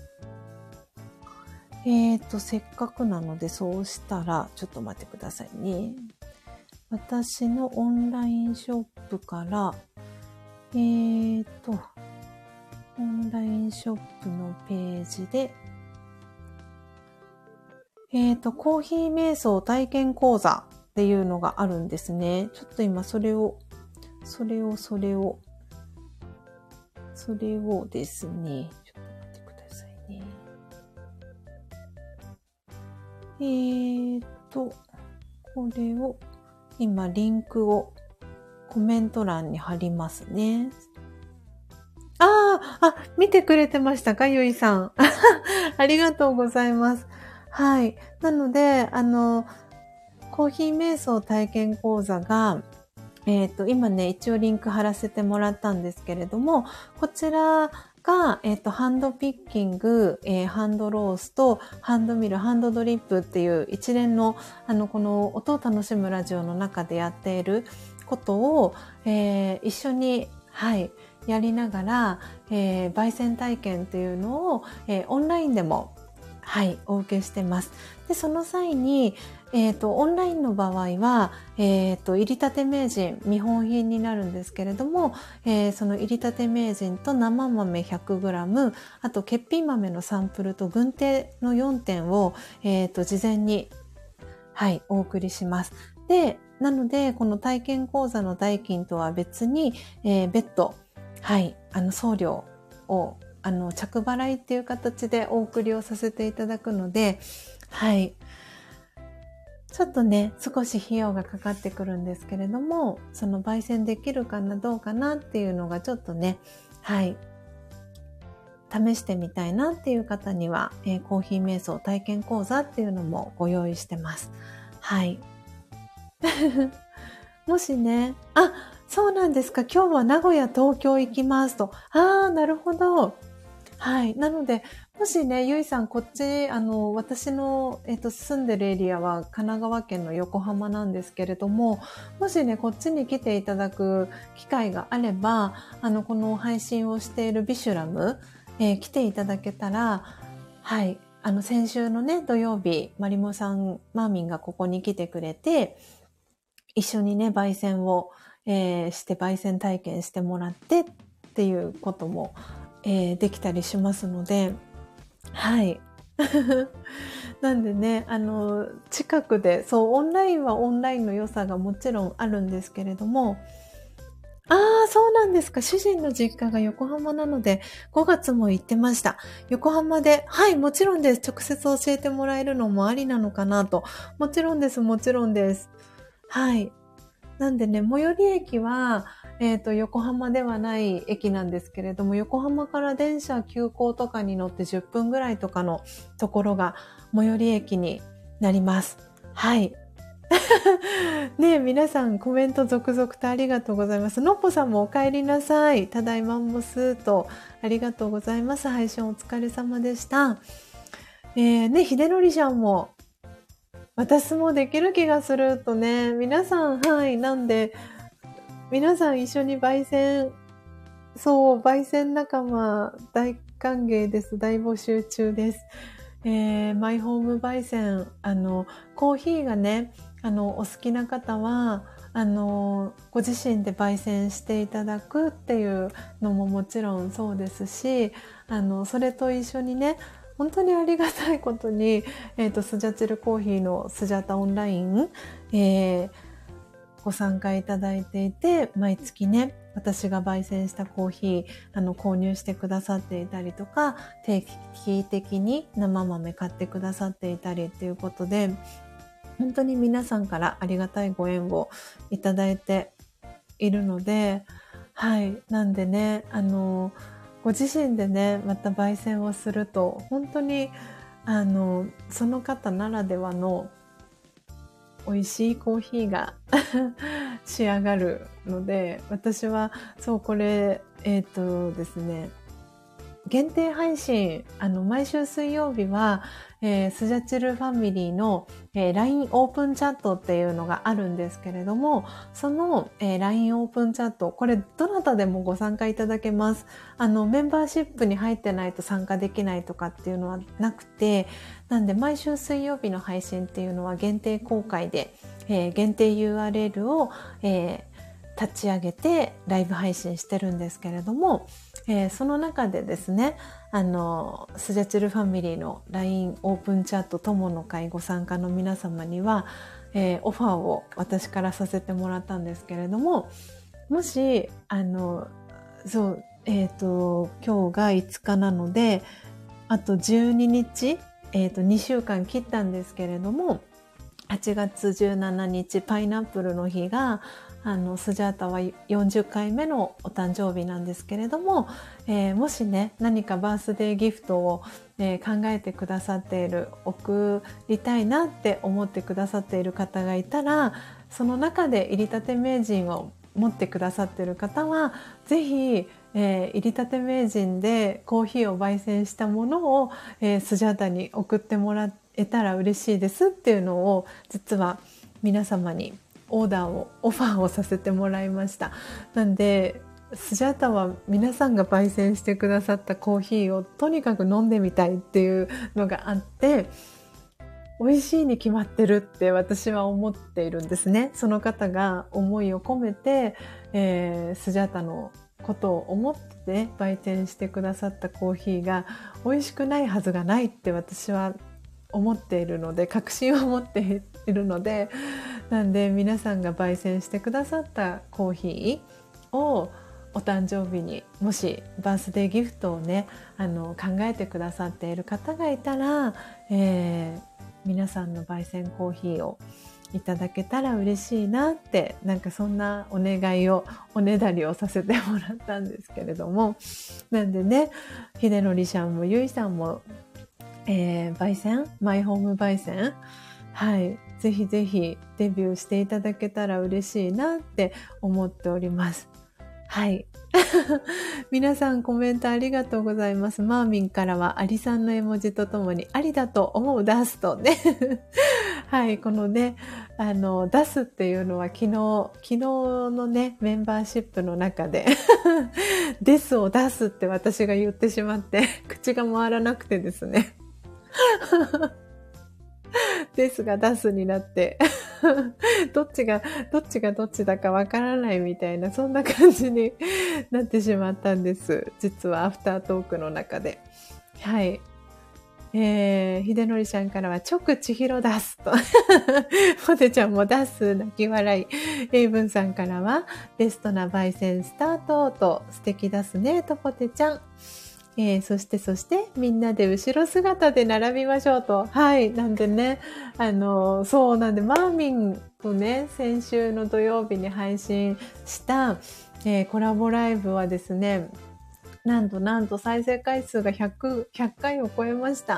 えっと、せっかくなので、そうしたら、ちょっと待ってくださいね。私のオンラインショップから、えっと、オンラインショップのページで、えっと、コーヒー瞑想体験講座っていうのがあるんですね。ちょっと今それを、それを、それを、それをですね、ちょっと待ってくださいね。えーと、これを、今リンクをコメント欄に貼りますね。ああ、あ、見てくれてましたか、ゆいさん。ありがとうございます。はい。なので、あの、 コーヒー瞑想体験講座が、えっと、今ね、一応リンク貼らせてもらったんですけれども、こちらが、えっと、ハンドピッキング、えー、ハンドロースト、ハンドミル、ハンドドリップっていう一連の、あの、この音を楽しむラジオの中でやっていることを、えー、一緒に、はい、やりながら、えー、焙煎体験っていうのを、えー、オンラインでも、はい、お受けしてます。で、その際に、えっと、オンラインの場合は、えっと、入りたて名人、見本品になるんですけれども、えー、その入りたて名人と生豆 ひゃくグラム、あと、欠品豆のサンプルと軍手のよんてんを、えっと、事前に、はい、お送りします。で、なので、この体験講座の代金とは別に、えー、別途、はい、あの、送料を、あの、着払いっていう形でお送りをさせていただくので、はい。ちょっとね、少し費用がかかってくるんですけれども、その焙煎できるかな、どうかなっていうのがちょっとね、はい。試してみたいなっていう方には、えー、コーヒー瞑想体験講座っていうのもご用意してます。はい。もしね、あ、そうなんですか。今日は名古屋、東京行きますと。ああ、なるほど。はい。なので、もしね、ゆいさん、こっち、あの、私の、えっと、住んでるエリアは神奈川県の横浜なんですけれども、もしね、こっちに来ていただく機会があれば、あの、この配信をしているビシュラム、えー来ていただけたら、はい。あの、先週のね、土曜日、マリモさん、マーミンがここに来てくれて、一緒にね、焙煎を、えーして、焙煎体験してもらってっていうことも、えーできたりしますので、はい。なんでね、あの、近くで、そう、オンラインはオンラインの良さがもちろんあるんですけれども、ああ、そうなんですか。主人の実家が横浜なので、ごがつも行ってました。横浜で、はい、もちろんです。直接教えてもらえるのもありなのかなと。もちろんです、もちろんです。はい。なんでね、最寄り駅は、えっと、横浜ではない駅なんですけれども、横浜から電車急行とかに乗ってじゅっぷんぐらいとかのところが最寄り駅になります。はい。ねえ、皆さんコメント続々とありがとうございます。のっぽさんもお帰りなさい。ただいまんもすとありがとうございます。配信お疲れ様でした。えー、ね、ひでのりちゃんも私もできる気がするとね、皆さん、はい、なんで、皆さん一緒に焙煎、そう、焙煎仲間大歓迎です。大募集中です。えー、マイホーム焙煎、あの、コーヒーがね、あの、お好きな方は、あの、ご自身で焙煎していただくっていうのももちろんそうですし、あの、それと一緒にね、本当にありがたいことに、えっと、スジャチルコーヒーのスジャタオンライン、えー、ご参加いただいていて、毎月ね、私が焙煎したコーヒー、あの、購入してくださっていたりとか、定期的に生豆買ってくださっていたりっていうことで、本当に皆さんからありがたいご縁をいただいているので、はい。なんでね、あの、ご自身でね、また焙煎をすると、本当に、あの、その方ならではの美味しいコーヒーが仕上がるので、私は、そう、これ、えっとですね、限定配信、あの、毎週水曜日は、えースジャチルファミリーの、えー ライン オープンチャットっていうのがあるんですけれども、その、えー ライン オープンチャット、これどなたでもご参加いただけます。あの、メンバーシップに入ってないと参加できないとかっていうのはなくて、なんで毎週水曜日の配信っていうのは限定公開で、えー限定 ユーアールエル を、えー立ち上げてライブ配信してるんですけれども、えーその中でですね、あの、スジャチルファミリーの ライン オープンチャット友の会ご参加の皆様には、えーオファーを私からさせてもらったんですけれども、もし、あの、そう、えっと、今日がいつかなので、あとじゅうににち、えっと、にしゅうかん切ったんですけれども、 はちがつじゅうしちにちパイナップルの日があのスジャータはよんじゅっかいめのお誕生日なんですけれども、えー、もしね何かバースデーギフトを、えー、考えてくださっている、送りたいなって思ってくださっている方がいたら、その中で入りたて名人を持ってくださっている方はぜひ、えー、入りたて名人でコーヒーを焙煎したものを、えー、スジャータに送ってもらえたら嬉しいですっていうのを実は皆様にオーダーをオファーをさせてもらいました。なんでスジャータは皆さんが焙煎してくださったコーヒーをとにかく飲んでみたいっていうのがあって、美味しいに決まってるって私は思っているんですね。その方が思いを込めて、えー、スジャータのことを思って焙煎してくださったコーヒーが美味しくないはずがないって私は思っているので、確信を持っているので、なんで皆さんが焙煎してくださったコーヒーをお誕生日にもしバースデーギフトをねあの考えてくださっている方がいたら、えー、皆さんの焙煎コーヒーをいただけたら嬉しいなって、なんかそんなお願いをおねだりをさせてもらったんですけれども、なんでね秀則さんもゆいさんも、えー、焙煎マイホーム焙煎、はいぜひぜひデビューしていただけたら嬉しいなって思っております。はい皆さんコメントありがとうございます。マーミンからはアリさんの絵文字とともにありだと思う出すとねはいこのねあの出すっていうのは昨日昨日のねメンバーシップの中でですを出すって私が言ってしまって口が回らなくてですねですが出すになってどっちがどっちがどっちだかわからないみたいな、そんな感じになってしまったんです。実はアフタートークの中で。はい。えー、秀則ちゃんからは直千尋出すとポテちゃんも出す泣き笑い。エイブンさんからはベストな焙煎スタートと素敵出すねとポテちゃん。えー、そしてそしてみんなで後ろ姿で並びましょうと。はい。なんでね、あの、そうなんで、マーミンとね、先週の土曜日に配信した、えー、コラボライブはですね、なんとなんと再生回数がひゃく、ひゃっかいを超えました。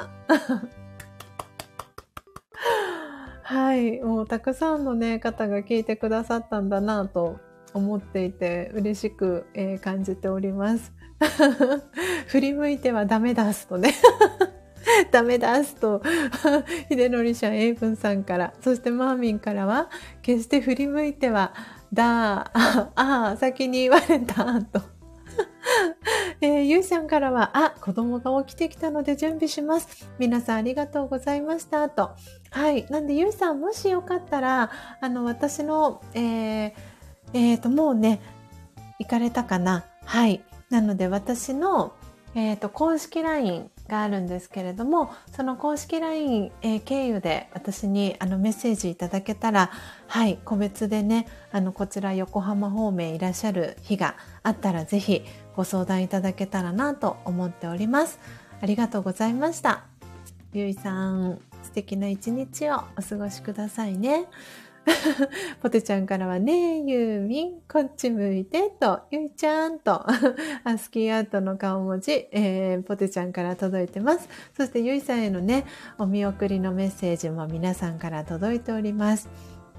はい。もうたくさんのね、方が聞いてくださったんだなと思っていて、嬉しく、えー、感じております。振り向いてはダメだすとねダメだすと秀則ちゃんエイブンさんから、そしてマーミンからは決して振り向いてはだああ先に言われたとえー、ゆいさんからはあ子供が起きてきたので準備します、皆さんありがとうございましたと。はい。なんでゆいさんもしよかったらあの私のえー、えーともうね行かれたかな。はい。なので私の、えーと、公式 ライン があるんですけれども、その公式 ライン、えー、経由で私にあのメッセージいただけたら、はい、個別でね、あのこちら横浜方面いらっしゃる日があったらぜひご相談いただけたらなと思っております。ありがとうございました。ゆいさん、素敵な一日をお過ごしくださいね。ポテちゃんからはね、ユーミン、こっち向いてと、ゆいちゃんと、アスキーアートの顔文字、えー、ポテちゃんから届いてます。そしてゆいさんへのね、お見送りのメッセージも皆さんから届いております。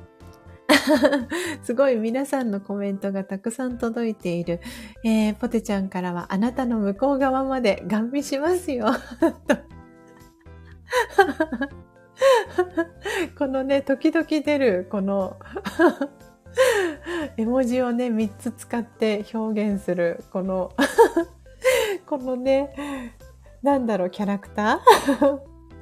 すごい皆さんのコメントがたくさん届いている。えー、ポテちゃんからはあなたの向こう側までガン見しますよ。このね、時々出る、この絵文字をね、みっつ使って表現する、この、このね、なんだろう、キャラクター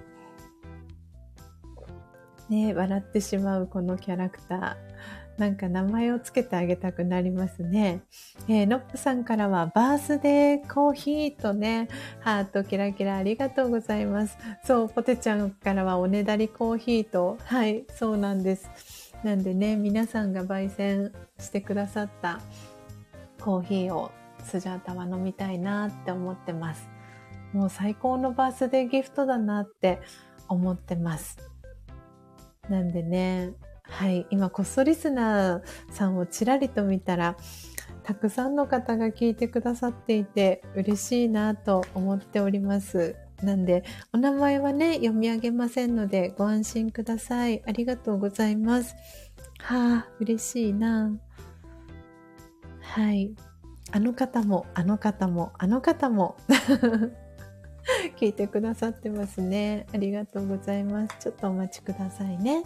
ね、笑ってしまうこのキャラクター。なんか名前をつけてあげたくなりますね。えー、ノップさんからはバースデーコーヒーとね、ハートキラキラありがとうございます。そう、ポテちゃんからはおねだりコーヒーと、はい、そうなんです。なんでね、皆さんが焙煎してくださったコーヒーをスジャータは飲みたいなって思ってます。もう最高のバースデーギフトだなって思ってます。 なんでね、はい、今こっそリスナーさんをちらりと見たら、たくさんの方が聞いてくださっていて嬉しいなと思っております。なんで、お名前はね、読み上げませんのでご安心ください。ありがとうございます。はあ、嬉しいな。はい。あの方も、あの方も、あの方も聞いてくださってますね。ありがとうございます。ちょっとお待ちくださいね。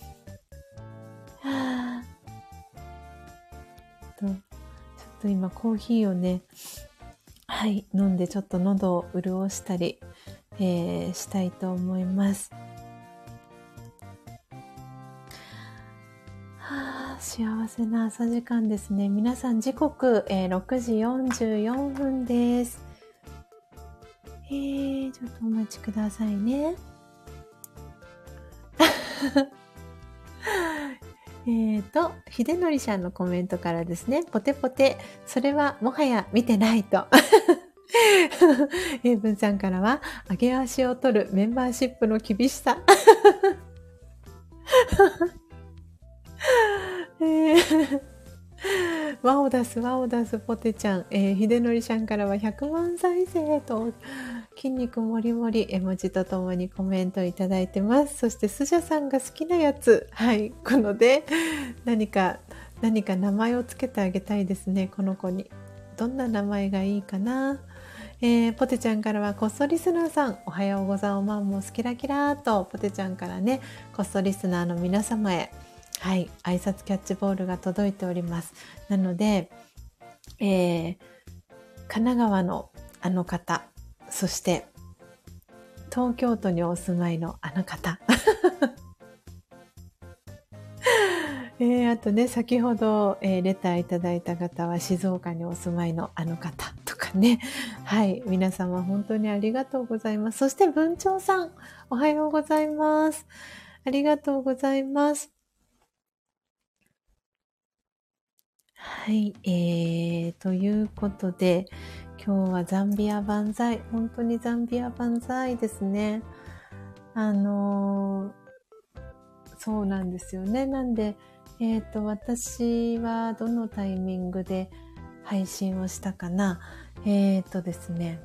はあ、と、ちょっと今コーヒーをね、はい、飲んでちょっと喉を潤したり、えー、したいと思います。はあ、幸せな朝時間ですね。皆さん時刻、えー、ろくじよんじゅうよんぷんです。えー、ちょっとお待ちくださいね。えーと、秀則さんのコメントからですね、ポテポテ、それはもはや見てないと。英文さんからは、上げ足を取るメンバーシップの厳しさ。えー輪を出す輪を出すポテちゃん、えー、秀則さんからはひゃくまん再生と筋肉もりもり絵文字とともにコメントいただいてます。そしてスジャさんが好きなやつ、はい、こので何か何か名前をつけてあげたいですね。この子にどんな名前がいいかな。えー、ポテちゃんからはこっそリスナーさん、おはようございますキラキラーとポテちゃんからね、こっそリスナーの皆様へ、はい、挨拶キャッチボールが届いております。なので、えー、神奈川のあの方、そして東京都にお住まいのあの方、えー、あとね、先ほど、えー、レターいただいた方は静岡にお住まいのあの方とかね。はい。皆様本当にありがとうございます。そして文鳥さん、おはようございます。ありがとうございます。はい。えー、ということで、今日はザンビア万歳。本当にザンビア万歳ですね。あのー、そうなんですよね。なんで、えっと、私はどのタイミングで配信をしたかな。えっとですね。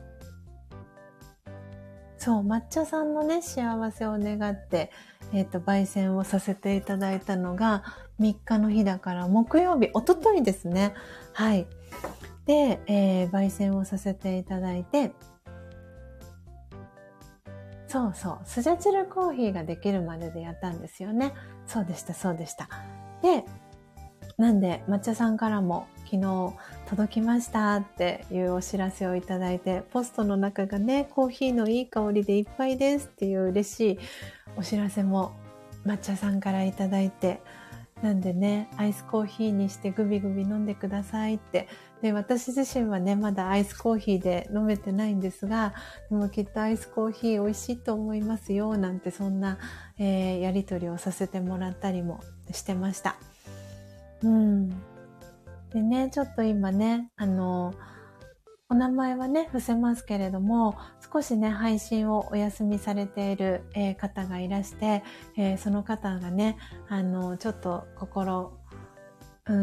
そう、抹茶さんのね、幸せを願って、えっと、焙煎をさせていただいたのがみっかの日だから木曜日、おとといですね。はい。で、えー、焙煎をさせていただいて、そうそう、スジャチルコーヒーができるまででやったんですよね。そうでした、そうでした。で、なんで、抹茶さんからも昨日届きましたっていうお知らせをいただいて、ポストの中がね、コーヒーのいい香りでいっぱいですっていう嬉しいお知らせも抹茶さんからいただいて、なんでね、アイスコーヒーにしてグビグビ飲んでくださいって。で、私自身はね、まだアイスコーヒーで飲めてないんですが、でもきっとアイスコーヒー美味しいと思いますよ、なんてそんな、えー、やりとりをさせてもらったりもしてました。うん。でね、ちょっと今ね、あの、お名前はね、伏せますけれども、少しね、配信をお休みされている、えー、方がいらして、えー、その方がね、あの、ちょっと心、うん、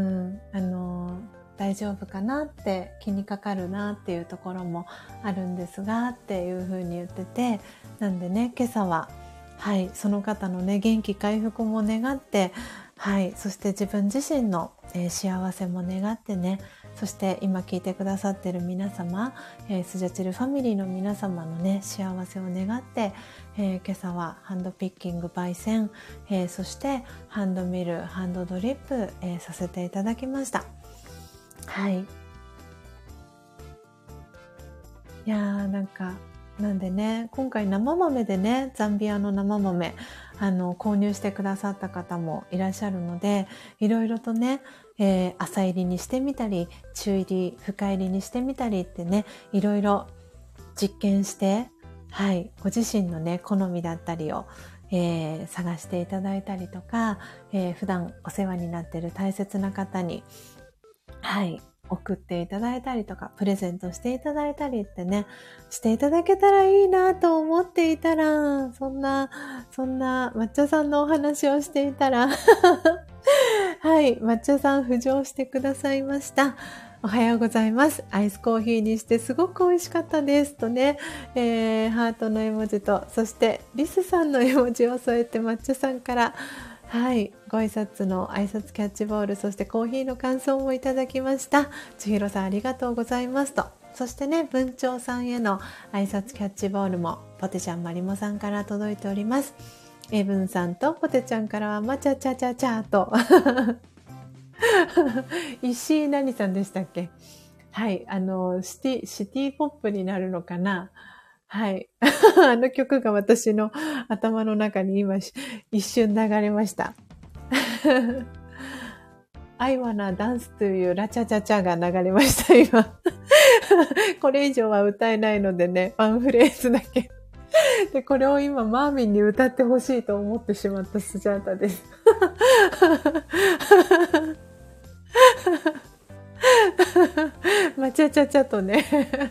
あの、大丈夫かなって気にかかるなっていうところもあるんですが、っていう風に言ってて、なんでね、今朝は、はい、その方のね、元気回復も願って、はい、そして自分自身の、えー、幸せも願ってね、そして今聞いてくださっている皆様、えー、スジャチルファミリーの皆様のね、幸せを願って、えー、今朝はハンドピッキング焙煎、えー、そしてハンドミル、ハンドドリップ、えー、させていただきました。はい。いやーなんか、なんでね、今回生豆でね、ザンビアの生豆、あの、購入してくださった方もいらっしゃるので、いろいろとね、えー、浅入りにしてみたり、中入り、深入りにしてみたりってね、いろいろ実験して、はい、ご自身のね、好みだったりを、えー、探していただいたりとか、えー、普段お世話になっている大切な方に、はい、 送っていただいたりとか、プレゼントしていただいたりってね、していただけたらいいなと思っていたら、そんな、そんな抹茶さんのお話をしていたら、はい、抹茶さん浮上してくださいました。おはようございます。アイスコーヒーにしてすごく美味しかったですとね、えー、ハートの絵文字と、そしてリスさんの絵文字を添えて抹茶さんから、はい、ご挨拶の挨拶キャッチボール、そしてコーヒーの感想もいただきました。千尋さんありがとうございますと、そしてね、文鳥さんへの挨拶キャッチボールもポテちゃんまりもさんから届いております。エブンさんとポテちゃんからはまちゃちゃちゃちゃと石井何さんでしたっけ。はい、あのシティシティポップになるのかな。はい。あの曲が私の頭の中に今一瞬流れました。I wanna dance to you ラチャチャチャが流れました、今。これ以上は歌えないのでね、ワンフレーズだけ。で、これを今マーミンに歌ってほしいと思ってしまったスジャータです。まちゃちゃちゃとね。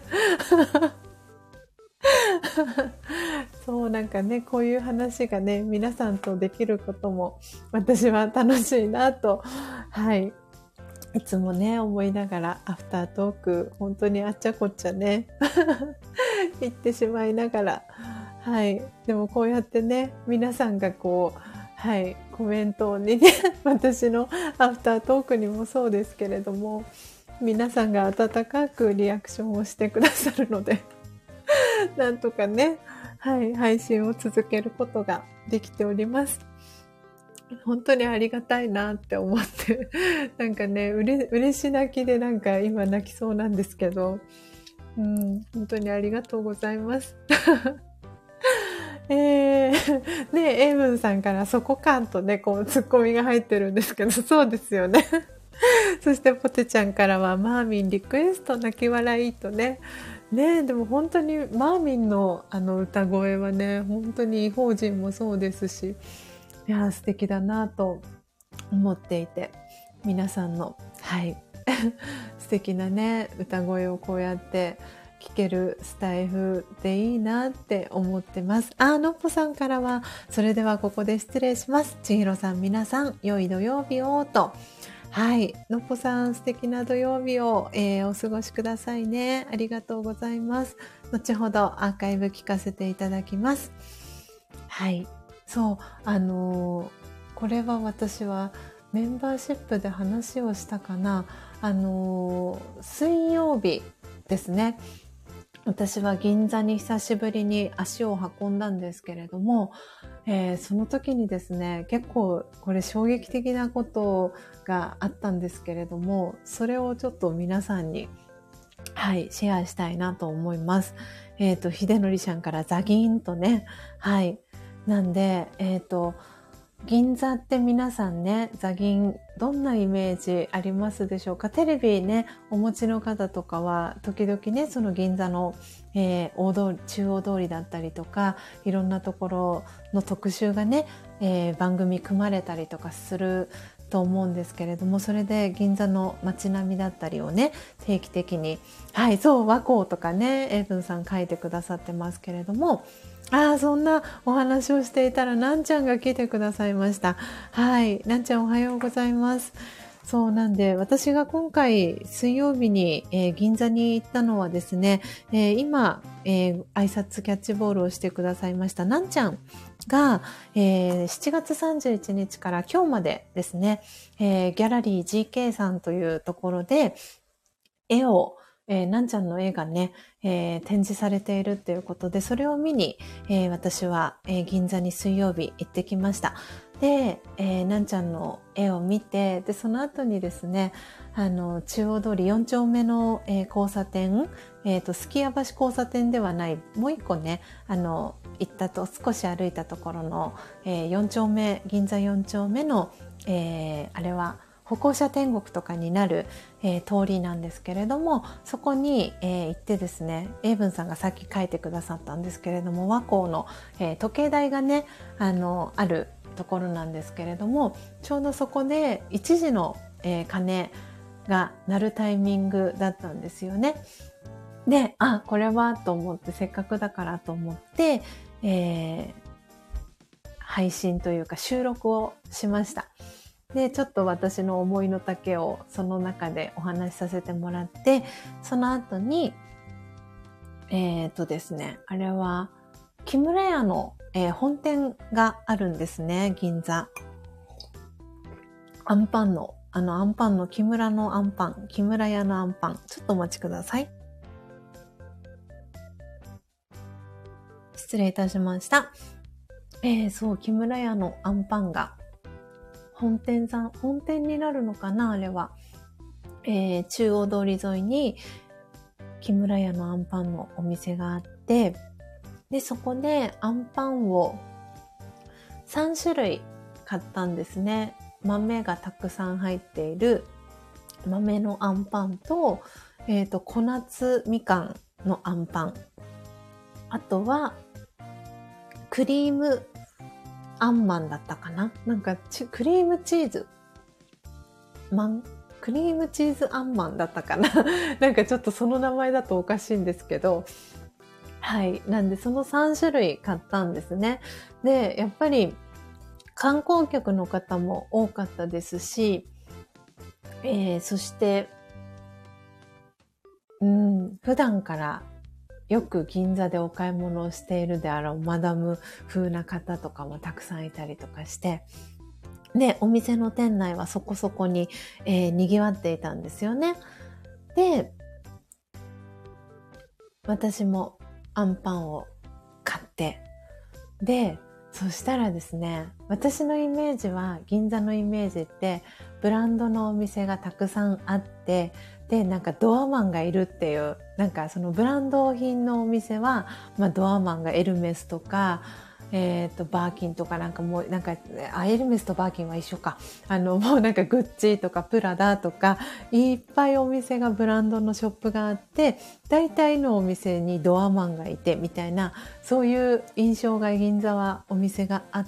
そうなんかね、こういう話がね、皆さんとできることも私は楽しいなと、はい、いつもね思いながらアフタートーク本当にあっちゃこっちゃね言ってしまいながら、はい、でもこうやってね皆さんがこう、はい、コメントにね私のアフタートークにもそうですけれども、皆さんが温かくリアクションをしてくださるのでなんとかね、はい、配信を続けることができております。本当にありがたいなって思ってなんかね、うれ嬉し泣きでなんか今泣きそうなんですけど、うん、本当にありがとうございますえー、ねエイブンさんからそこかんとねこうツッコミが入ってるんですけど、そうですよねそしてポテちゃんからはマーミンリクエスト泣き笑いとね、ね、でも本当にマーミンのあの歌声はね、本当に法人もそうですし、いや素敵だなと思っていて、皆さんのはい素敵なね歌声をこうやって聞けるスタイフでいいなって思ってます。あ、のっぽさんからはそれではここで失礼します。ちひろさん皆さん良い土曜日をと、はい、のっぽさん素敵な土曜日を、えー、お過ごしくださいね。ありがとうございます。後ほどアーカイブ聞かせていただきます。はい、そうあのー、これは私はメンバーシップで話をしたかな。あのー、水曜日ですね。私は銀座に久しぶりに足を運んだんですけれども、えー、その時にですね、結構これ衝撃的なことがあったんですけれども、それをちょっと皆さんに、はい、シェアしたいなと思います。えっと、秀則さんからザギーンとね、はい。なんで、えっと、銀座って皆さんね、ザギンどんなイメージありますでしょうか。テレビねお持ちの方とかは時々ねその銀座の、えー、大通り中央通りだったりとかいろんなところの特集がね、えー、番組組まれたりとかすると思うんですけれども、それで銀座の街並みだったりをね定期的に、はい、そう和光とかねエイブンさん書いてくださってますけれども、ああそんなお話をしていたらなんちゃんが来てくださいました。はい、なんちゃんおはようございます。そうなんで私が今回水曜日に、えー、銀座に行ったのはですね、えー、今、えー、挨拶キャッチボールをしてくださいましたなんちゃんが、えー、しちがつさんじゅういちにちから今日までですね、えー、ギャラリー ジーケー さんというところで絵をえー、なんちゃんの絵がね、えー、展示されているっていうことで、それを見に、えー、私は、えー、銀座に水曜日行ってきました。で、えー、なんちゃんの絵を見て、で、その後にですね、あの、中央通りよん丁目の、えー、交差点、えっと、すきや橋交差点ではない、もう一個ね、あの、行ったと、少し歩いたところの、えー、よん丁目、銀座よん丁目の、えー、あれは、歩行者天国とかになる、えー、通りなんですけれども、そこに、えー、行ってですね、エイブンさんがさっき書いてくださったんですけれども、和光の、えー、時計台がね、あの、あるところなんですけれども、ちょうどそこでいちじの、えー、鐘が鳴るタイミングだったんですよね。で、あ、これはと思って、せっかくだからと思って、えー、配信というか収録をしました。で、ちょっと私の思いの丈をその中でお話しさせてもらって、その後に、えーとですね、あれは、木村屋の、えー、本店があるんですね、銀座。アンパンの、あのアンパンの木村のアンパン、木村屋のアンパン。ちょっとお待ちください。失礼いたしました。えー、そう、木村屋のアンパンが、本店さん、本店になるのかなあれは。えー、中央通り沿いに、木村屋のアンパンのお店があって、で、そこでアンパンをさん種類買ったんですね。豆がたくさん入っている豆のアンパンと、えっと、小夏みかんのアンパン。あとは、クリームあんマンだったかななんかち、クリームチーズ、マン、クリームチーズあんマンだったかななんかちょっとその名前だとおかしいんですけど、はい。なんでそのさん種類買ったんですね。で、やっぱり観光客の方も多かったですし、えー、そして、うん、普段からよく銀座でお買い物をしているであろうマダム風な方とかもたくさんいたりとかして、で、お店の店内はそこそこに、えー、賑わっていたんですよね。で、私もアンパンを買って、で、そしたらですね、私のイメージは、銀座のイメージって、ブランドのお店がたくさんあって、で、なんかドアマンがいるっていう、なんかそのブランド品のお店は、まあドアマンがエルメスとか、えっと、バーキンとかなんかもう、なんか、あ、エルメスとバーキンは一緒か。あの、もうなんかグッチとかプラダとか、いっぱいお店がブランドのショップがあって、大体のお店にドアマンがいて、みたいな、そういう印象が銀座はお店があって、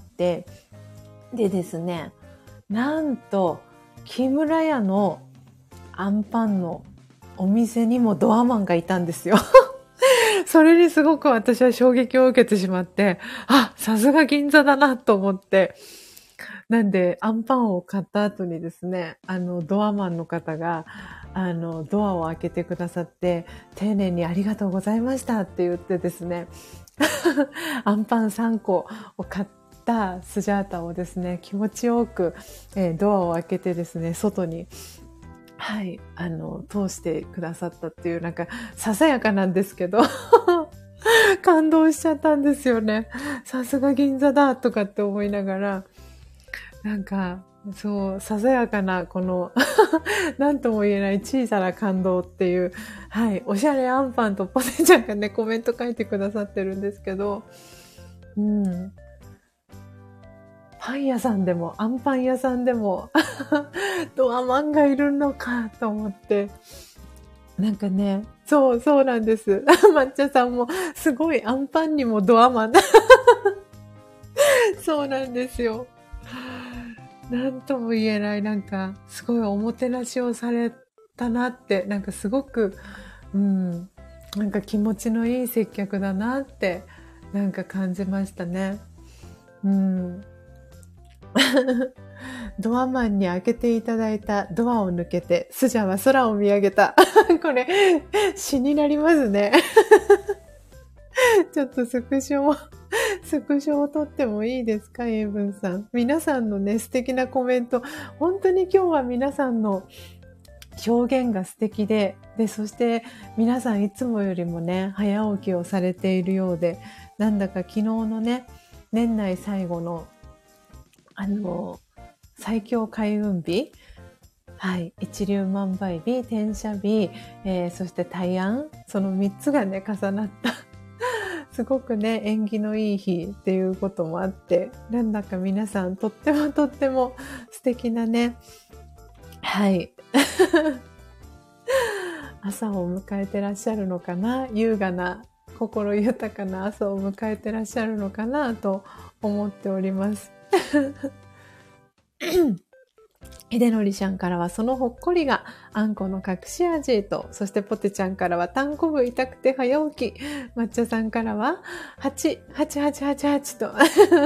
でですね、なんと、木村屋のアンパンのお店にもドアマンがいたんですよ。それにすごく私は衝撃を受けてしまって、あ、さすが銀座だなと思って、なんで、アンパンを買った後にですね、あの、ドアマンの方が、あの、ドアを開けてくださって、丁寧にありがとうございましたって言ってですね、アンパンさんこを買ったスジャータをですね、気持ちよく、えー、ドアを開けてですね、外に、はい、あの、通してくださったっていう、なんか、ささやかなんですけど、感動しちゃったんですよね。さすが銀座だとかって思いながら、なんか、そう、ささやかな、この、なんとも言えない小さな感動っていう、はい、おしゃれアンパンとポテちゃんがね、コメント書いてくださってるんですけど、うん。パン屋さんでも、アンパン屋さんでも、ドアマンがいるのかと思って、なんかね、そう、そうなんです。抹茶さんも、すごいアンパンにもドアマン。そうなんですよ。なんとも言えない、なんか、すごいおもてなしをされたなって、なんかすごく、うん、なんか気持ちのいい接客だなって、なんか感じましたね。うん。ドアマンに開けていただいたドアを抜けて、スジャは空を見上げた。これ、詩になりますね。ちょっとスクショを、スクショを撮ってもいいですか、エイブンさん。皆さんのね、素敵なコメント。本当に今日は皆さんの表現が素敵で、で、そして皆さんいつもよりもね、早起きをされているようで、なんだか昨日のね、年内最後のあの、最強開運日、はい、一粒万倍日、転写日、えー、そして大安、そのみっつがね、重なった、すごくね、縁起のいい日っていうこともあって、なんだか皆さんとってもとっても素敵なね、はい、朝を迎えてらっしゃるのかな、優雅な、心豊かな朝を迎えてらっしゃるのかなと思っております。 秀則ちゃんからはそのほっこりがあんこの隠し味と、そしてポテちゃんからはたんこぶ痛くて早起き、抹茶さんからははち、はちはちはちはちと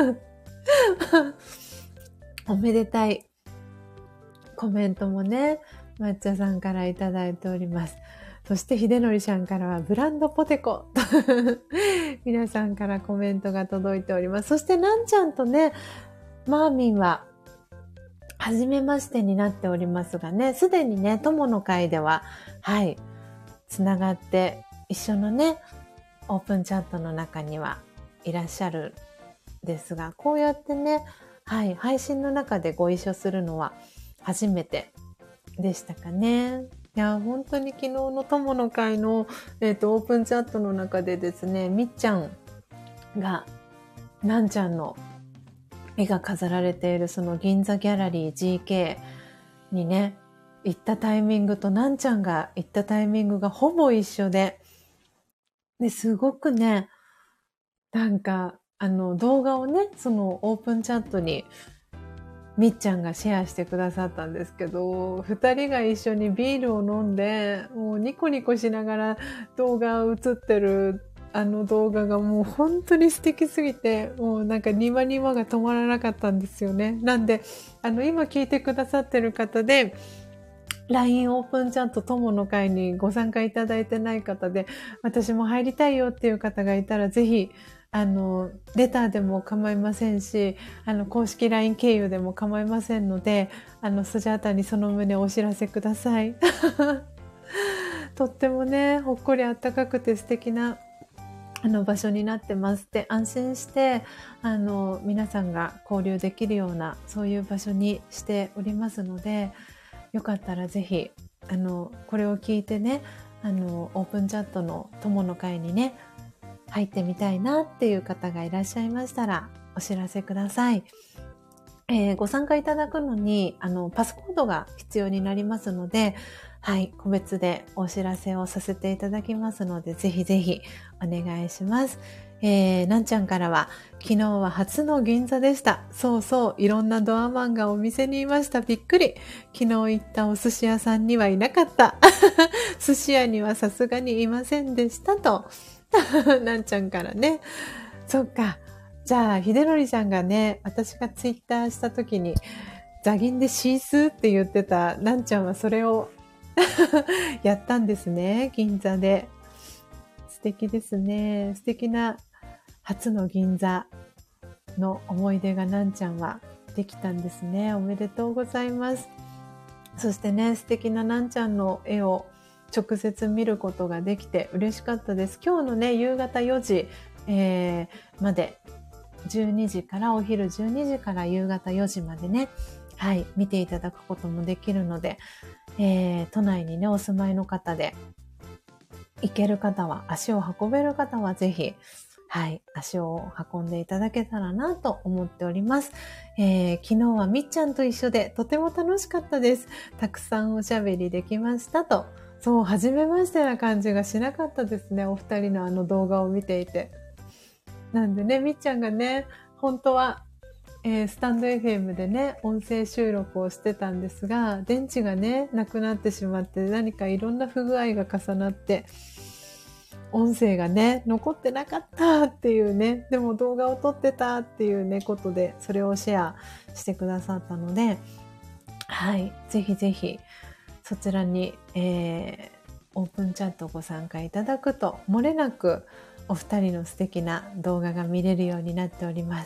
おめでたいコメントもね、抹茶さんからいただいております。そして秀則ちゃんからはブランドポテコ皆さんからコメントが届いております。そしてなんちゃんとね、マーミンは初めましてになっておりますがね、すでにね、友の会では、はい、つながって一緒のね、オープンチャットの中にはいらっしゃるんですが、こうやってね、はい、配信の中でご一緒するのは初めてでしたかね。いや、本当に昨日の友の会の、えっと、オープンチャットの中でですね、みっちゃんが、なんちゃんの絵が飾られているその銀座ギャラリー ジーケー にね、行ったタイミングとなんちゃんが行ったタイミングがほぼ一緒で、で、すごくね、なんか、あの、動画をね、そのオープンチャットにみっちゃんがシェアしてくださったんですけど、二人が一緒にビールを飲んで、もうニコニコしながら動画を映ってるあの動画がもう本当に素敵すぎて、もうなんかニマニマが止まらなかったんですよね。なんで、あの今聞いてくださってる方で、ライン オープンチャット友の会にご参加いただいてない方で、私も入りたいよっていう方がいたら、ぜひ、あの、レターでも構いませんし、あの、公式 ライン 経由でも構いませんので、あの、スジャータにその旨お知らせください。とってもね、ほっこりあったかくて素敵な、あの、場所になってます。で、安心して、あの、皆さんが交流できるような、そういう場所にしておりますので、よかったらぜひ、あの、これを聞いてね、あの、オープンチャットの友の会にね、入ってみたいなっていう方がいらっしゃいましたら、お知らせください。えー、ご参加いただくのに、あの、パスコードが必要になりますので、はい、個別でお知らせをさせていただきますので、ぜひぜひお願いします。えー、なんちゃんからは、昨日は初の銀座でした。そうそう、いろんなドアマンがお店にいました。びっくり。昨日行ったお寿司屋さんにはいなかった。寿司屋にはさすがにいませんでしたと。なんちゃんからね。そっか。じゃあ、秀則ちゃんがね、私がツイッターした時に、座銀でシースーって言ってたなんちゃんはそれをやったんですね。銀座で。素敵ですね。素敵な初の銀座の思い出がなんちゃんはできたんですね。おめでとうございます。そしてね、素敵ななんちゃんの絵を直接見ることができて嬉しかったです。今日のね、夕方よじ、えー、まで、じゅうにじからお昼じゅうにじから夕方よじまでね、はい、見ていただくこともできるので、えー、都内にね、お住まいの方で、行ける方は、足を運べる方はぜひ、はい、足を運んでいただけたらなと思っております。えー、昨日はみっちゃんと一緒でとても楽しかったです。たくさんおしゃべりできましたと。そう、初めましてな感じがしなかったですね。お二人のあの動画を見ていて。なんでね、みっちゃんがね、本当は、えー、スタンド エフエム でね、音声収録をしてたんですが、電池がね、なくなってしまって、何かいろんな不具合が重なって、音声がね、残ってなかったっていうね、でも動画を撮ってたっていうね、ことで、それをシェアしてくださったので、はい、ぜひぜひ、そちらに、えー、オープンチャットご参加いただくと、漏れなくお二人の素敵な動画が見れるようになっております。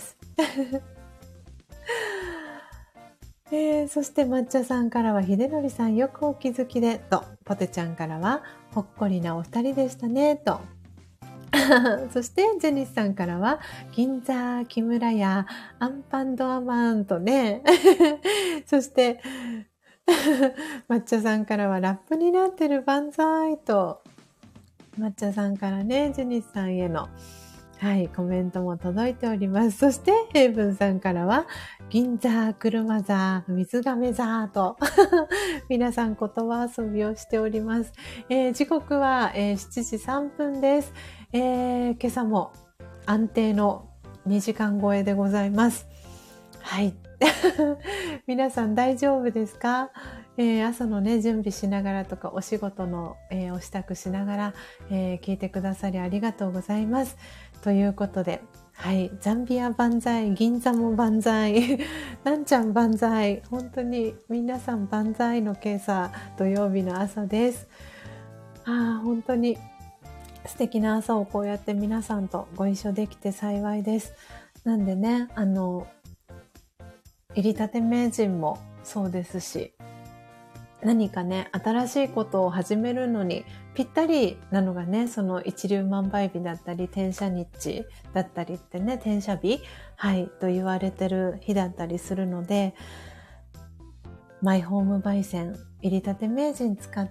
えー、そして抹茶さんからは、秀則さんよくお気づきで、と、ポテちゃんからは、ほっこりなお二人でしたね、と。そして、ジェニスさんからは、銀座、木村屋、アンパンドアマンとね。そして、抹茶さんからは、ラップになってる万歳と、抹茶さんからね、ジェニスさんへの、はい、コメントも届いております。そして、ヘイブンさんからは、銀座、車座、水亀座と、皆さん言葉遊びをしております。えー、時刻は、えー、しちじさんぷんです。えー、今朝も安定のにじかん超えでございます。はい。 皆さん大丈夫ですか？えー、朝のね、準備しながらとか、お仕事の、えー、お支度しながら、えー、聞いてくださりありがとうございます。ということで、はい、ザンビア万歳、銀座も万歳、なんちゃん万歳、本当に皆さん万歳の今朝、土曜日の朝です。ああ、本当に素敵な朝をこうやって皆さんとご一緒できて幸いです。なんでね、あの、入りたて名人もそうですし、何かね、新しいことを始めるのにぴったりなのがね、その一粒万倍日だったり、転写日だったりってね、転写日、はい、と言われてる日だったりするので、マイホーム焙煎、入りたて名人使って、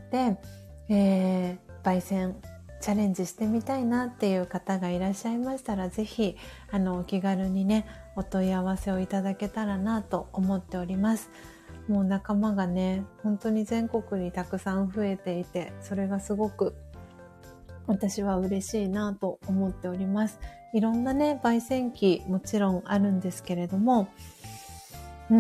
えー、焙煎チャレンジしてみたいなっていう方がいらっしゃいましたら、ぜひ、あの、お気軽にね、お問い合わせをいただけたらなと思っております。もう仲間がね、本当に全国にたくさん増えていて、それがすごく私は嬉しいなと思っております。いろんなね、焙煎機もちろんあるんですけれども、うん。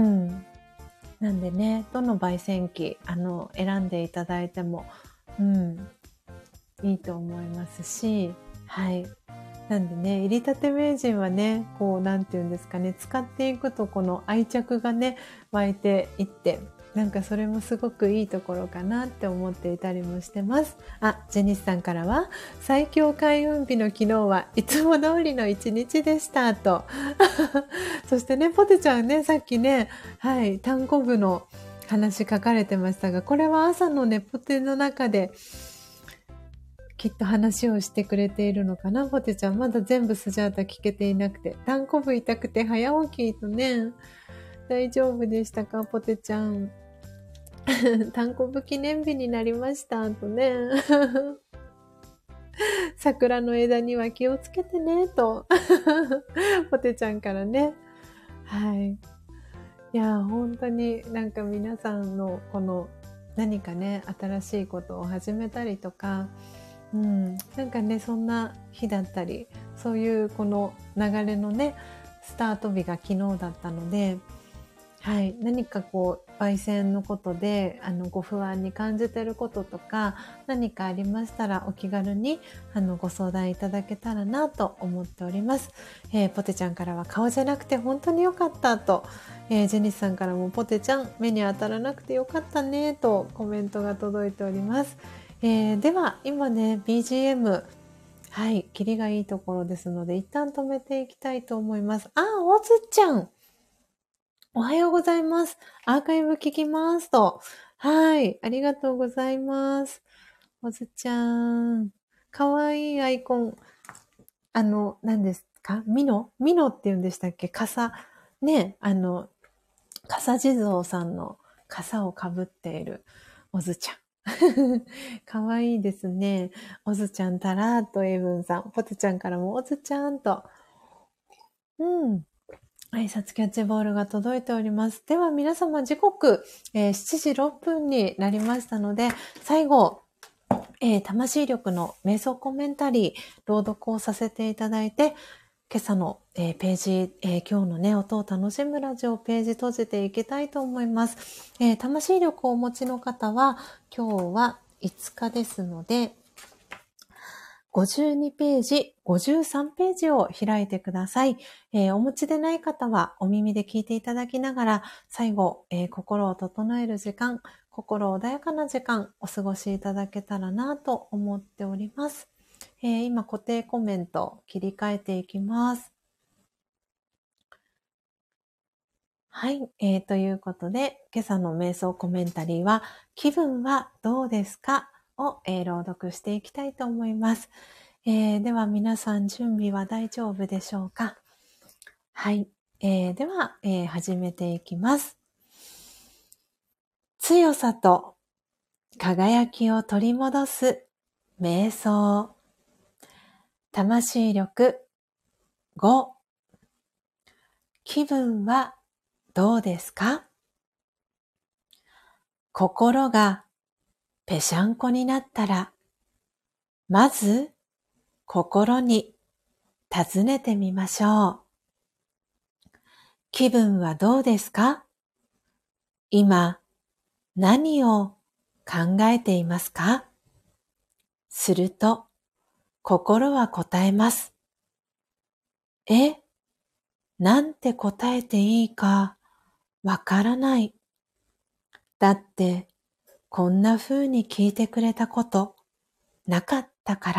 なんでね、どの焙煎機、あの、選んでいただいても、うん、いいと思いますし、はい。なんでね、入りたて名人はね、こう、なんていうんですかね、使っていくとこの愛着がね、湧いていって、なんかそれもすごくいいところかなって思っていたりもしてます。あ、ジェニスさんからは、最強開運日の昨日はいつも通りの一日でしたと。そしてね、ポテちゃんね、さっきね、はい、単行部の話書かれてましたが、これは朝のね、ポテの中で、きっと話をしてくれているのかな、ポテちゃん。まだ全部スジャータ聞けていなくて。単行部痛くて早起きとね。大丈夫でしたか、ポテちゃん。単行部記念日になりましたとね。桜の枝には気をつけてね、と。ポテちゃんからね。はい。いや、本当になんか皆さんのこの何かね、新しいことを始めたりとか、うん、なんかね、そんな日だったり、そういうこの流れのね、スタート日が昨日だったので、はい、何かこう、焙煎のことで、あの、ご不安に感じてることとか、何かありましたらお気軽に、あの、ご相談いただけたらなと思っております。えー、ポテちゃんからは顔じゃなくて本当に良かったと、えー、ジェニスさんからもポテちゃん、目に当たらなくて良かったねとコメントが届いております。えー、では、今ね、ビージーエム、はい、キリがいいところですので、一旦止めていきたいと思います。あ、おつちゃんおはようございます。アーカイブ聞きますと。はい。ありがとうございます。おずちゃん。かわいいアイコン。あの、何ですかミノミノって言うんでしたっけ傘。ね。あの、傘地蔵さんの傘をかぶっているおずちゃん。かわいいですね。おずちゃんたらーっとエイブンさん。ポテちゃんからもおずちゃんと。うん。挨拶キャッチボールが届いております。では皆様時刻、えー、しちじろっぷんになりましたので、最後、えー、魂力の瞑想コメンタリー、朗読をさせていただいて、今朝の、えー、ページ、えー、今日のね、音を楽しむラジオページ閉じていきたいと思います。えー、魂力をお持ちの方は、今日はいつかですので、ごじゅうにページ、ごじゅうさんページを開いてください。えー、お持ちでない方はお耳で聞いていただきながら、最後、えー、心を整える時間、心穏やかな時間、お過ごしいただけたらなと思っております。えー、今、固定コメント切り替えていきます。はい、えー、ということで、今朝の瞑想コメンタリーは、気分はどうですかを、えー、朗読していきたいと思います。えー、では皆さん準備は大丈夫でしょうか？はい、えー、では、えー、始めていきます。強さと輝きを取り戻す瞑想。魂力ご。気分はどうですか？心がぺしゃんこになったら、まず心に尋ねてみましょう。 気分はどうですか？今、何を考えていますか？すると、心は答えます。え、なんて答えていいかわからない。だって、こんな風に聞いてくれたことなかったから。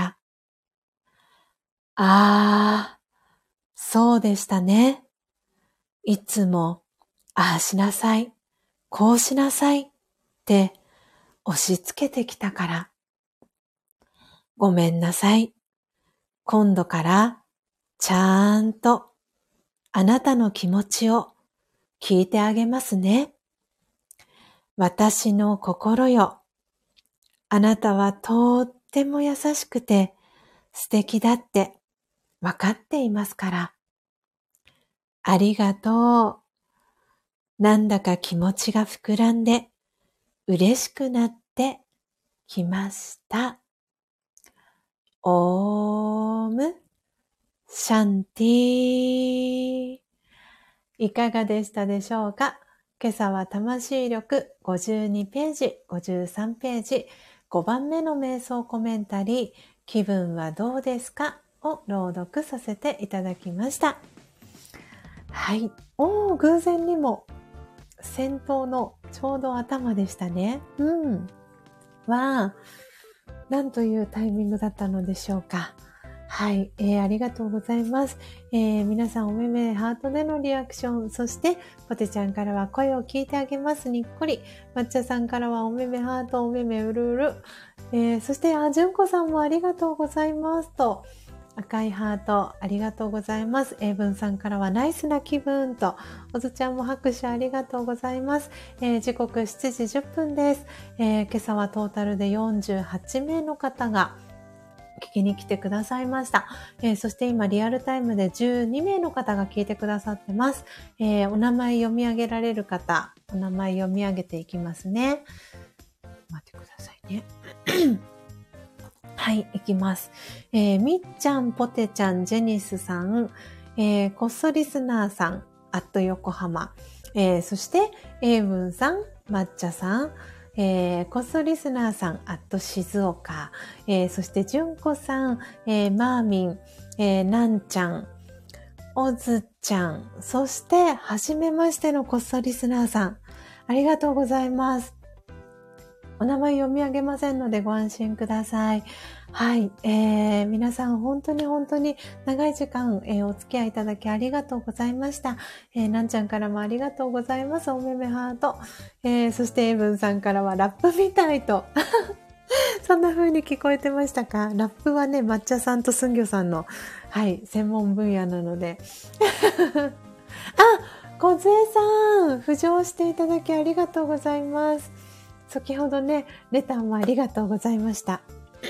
ああ、そうでしたね。いつも、ああしなさい、こうしなさいって押し付けてきたから。ごめんなさい。今度からちゃんとあなたの気持ちを聞いてあげますね。私の心よ。あなたはとっても優しくて素敵だってわかっていますから。ありがとう。なんだか気持ちが膨らんで嬉しくなってきました。オームシャンティー。いかがでしたでしょうか？今朝は魂力ごじゅうにページ、ごじゅうさんページ、ごばんめの瞑想コメンタリー、気分はどうですか？を朗読させていただきました。はい。おー、偶然にも先頭のちょうど頭でしたね。うん。は、なんというタイミングだったのでしょうか。はい、えー、ありがとうございます、えー。皆さんおめめハートでのリアクション、そしてポテちゃんからは声を聞いてあげますにっこり、抹茶さんからはおめめハート、おめめうるうる、えー、そしてあじゅんこさんもありがとうございますと赤いハートありがとうございます。英文さんからはナイスな気分と、おずちゃんも拍手ありがとうございます。えー、時刻しちじじゅっぷんです、えー。今朝はトータルでよんじゅうはちめいの方が聞きに来てくださいました、えー、そして今リアルタイムでじゅうにめいの方が聞いてくださってます、えー、お名前読み上げられる方、お名前読み上げていきますね。待ってくださいねはい、いきます、えー、みっちゃん、ポテちゃん、ジェニスさん、えー、こっそリスナーさん、アット横浜、えー、そしてエイブンさん、抹茶さん、えー、こっそリスナーさん、アット静岡、えー、そしてじゅんこさん、えー、マーミン、えー、なんちゃん、おずちゃん、そしてはじめましてのこっそリスナーさん、ありがとうございます。お名前読み上げませんのでご安心ください。はい、えー、皆さん本当に本当に長い時間、えー、お付き合いいただきありがとうございました。えー、なんちゃんからもありがとうございます。おめめハート。えー、そしてエイブンさんからはラップみたいと。そんな風に聞こえてましたか？ラップはね、抹茶さんとすんぎょさんの、はい、専門分野なので。あ、小杖さん、浮上していただきありがとうございます。先ほどね、レターもありがとうございました。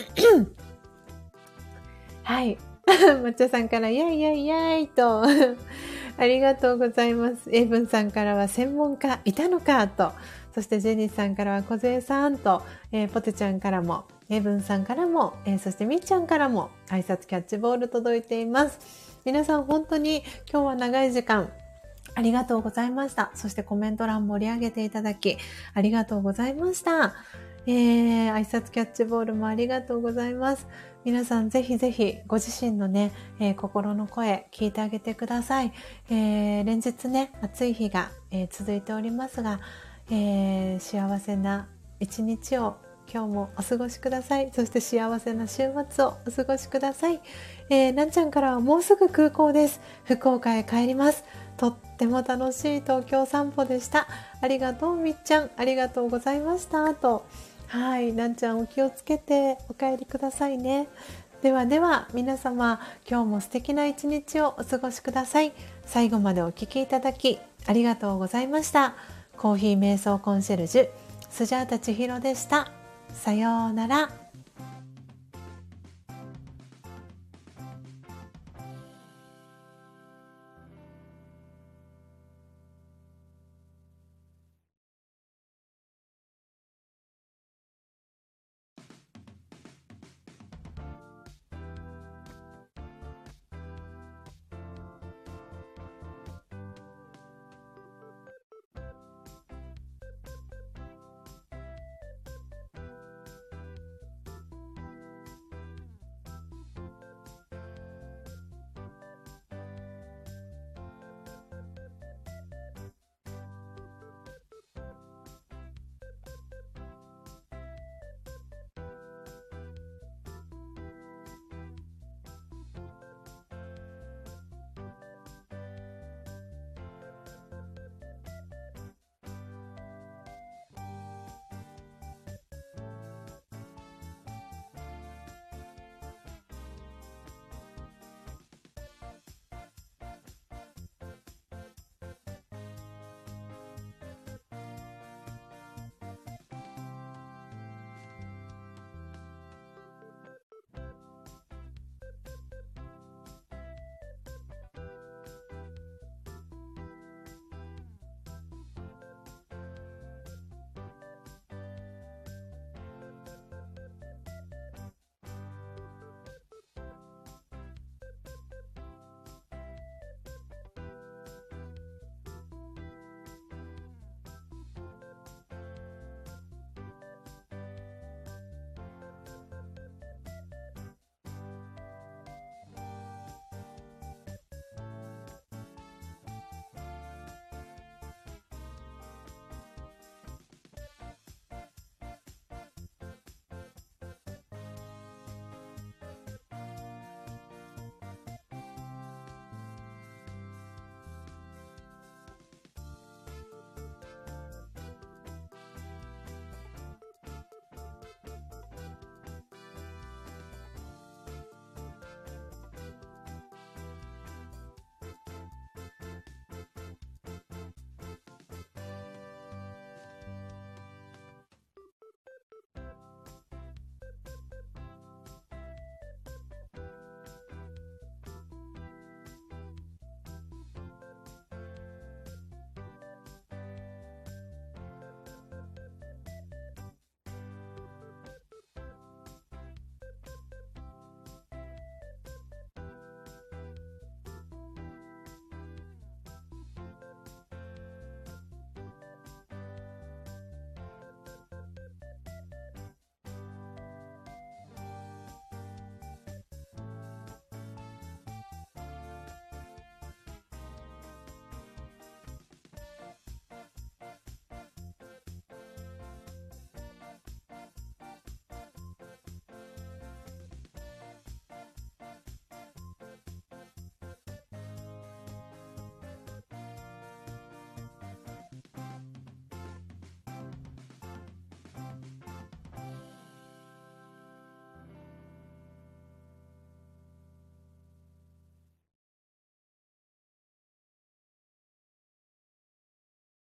はい。抹茶さんから、イェイイェイイェイと、ありがとうございます。エイブンさんからは、専門家いたのかと、そしてジェニスさんからは、小杖さんと、えー、ポテちゃんからも、エイブンさんからも、えー、そしてみっちゃんからも、挨拶キャッチボール届いています。皆さん本当に今日は長い時間、ありがとうございました。そしてコメント欄盛り上げていただき、ありがとうございました。えー、挨拶キャッチボールもありがとうございます。皆さんぜひぜひご自身のね、えー、心の声聞いてあげてください。えー、連日ね、暑い日が、えー、続いておりますが、えー、幸せな一日を今日もお過ごしください。そして幸せな週末をお過ごしください。えー、なんちゃんからはもうすぐ空港です。福岡へ帰ります。とっても楽しい東京散歩でした。ありがとうみっちゃん、ありがとうございましたと。はい、なんちゃんお気をつけてお帰りくださいね。ではでは皆様、今日も素敵な一日をお過ごしください。最後までお聞きいただきありがとうございました。コーヒー瞑想コンシェルジュスジャータ千尋でした。さようなら。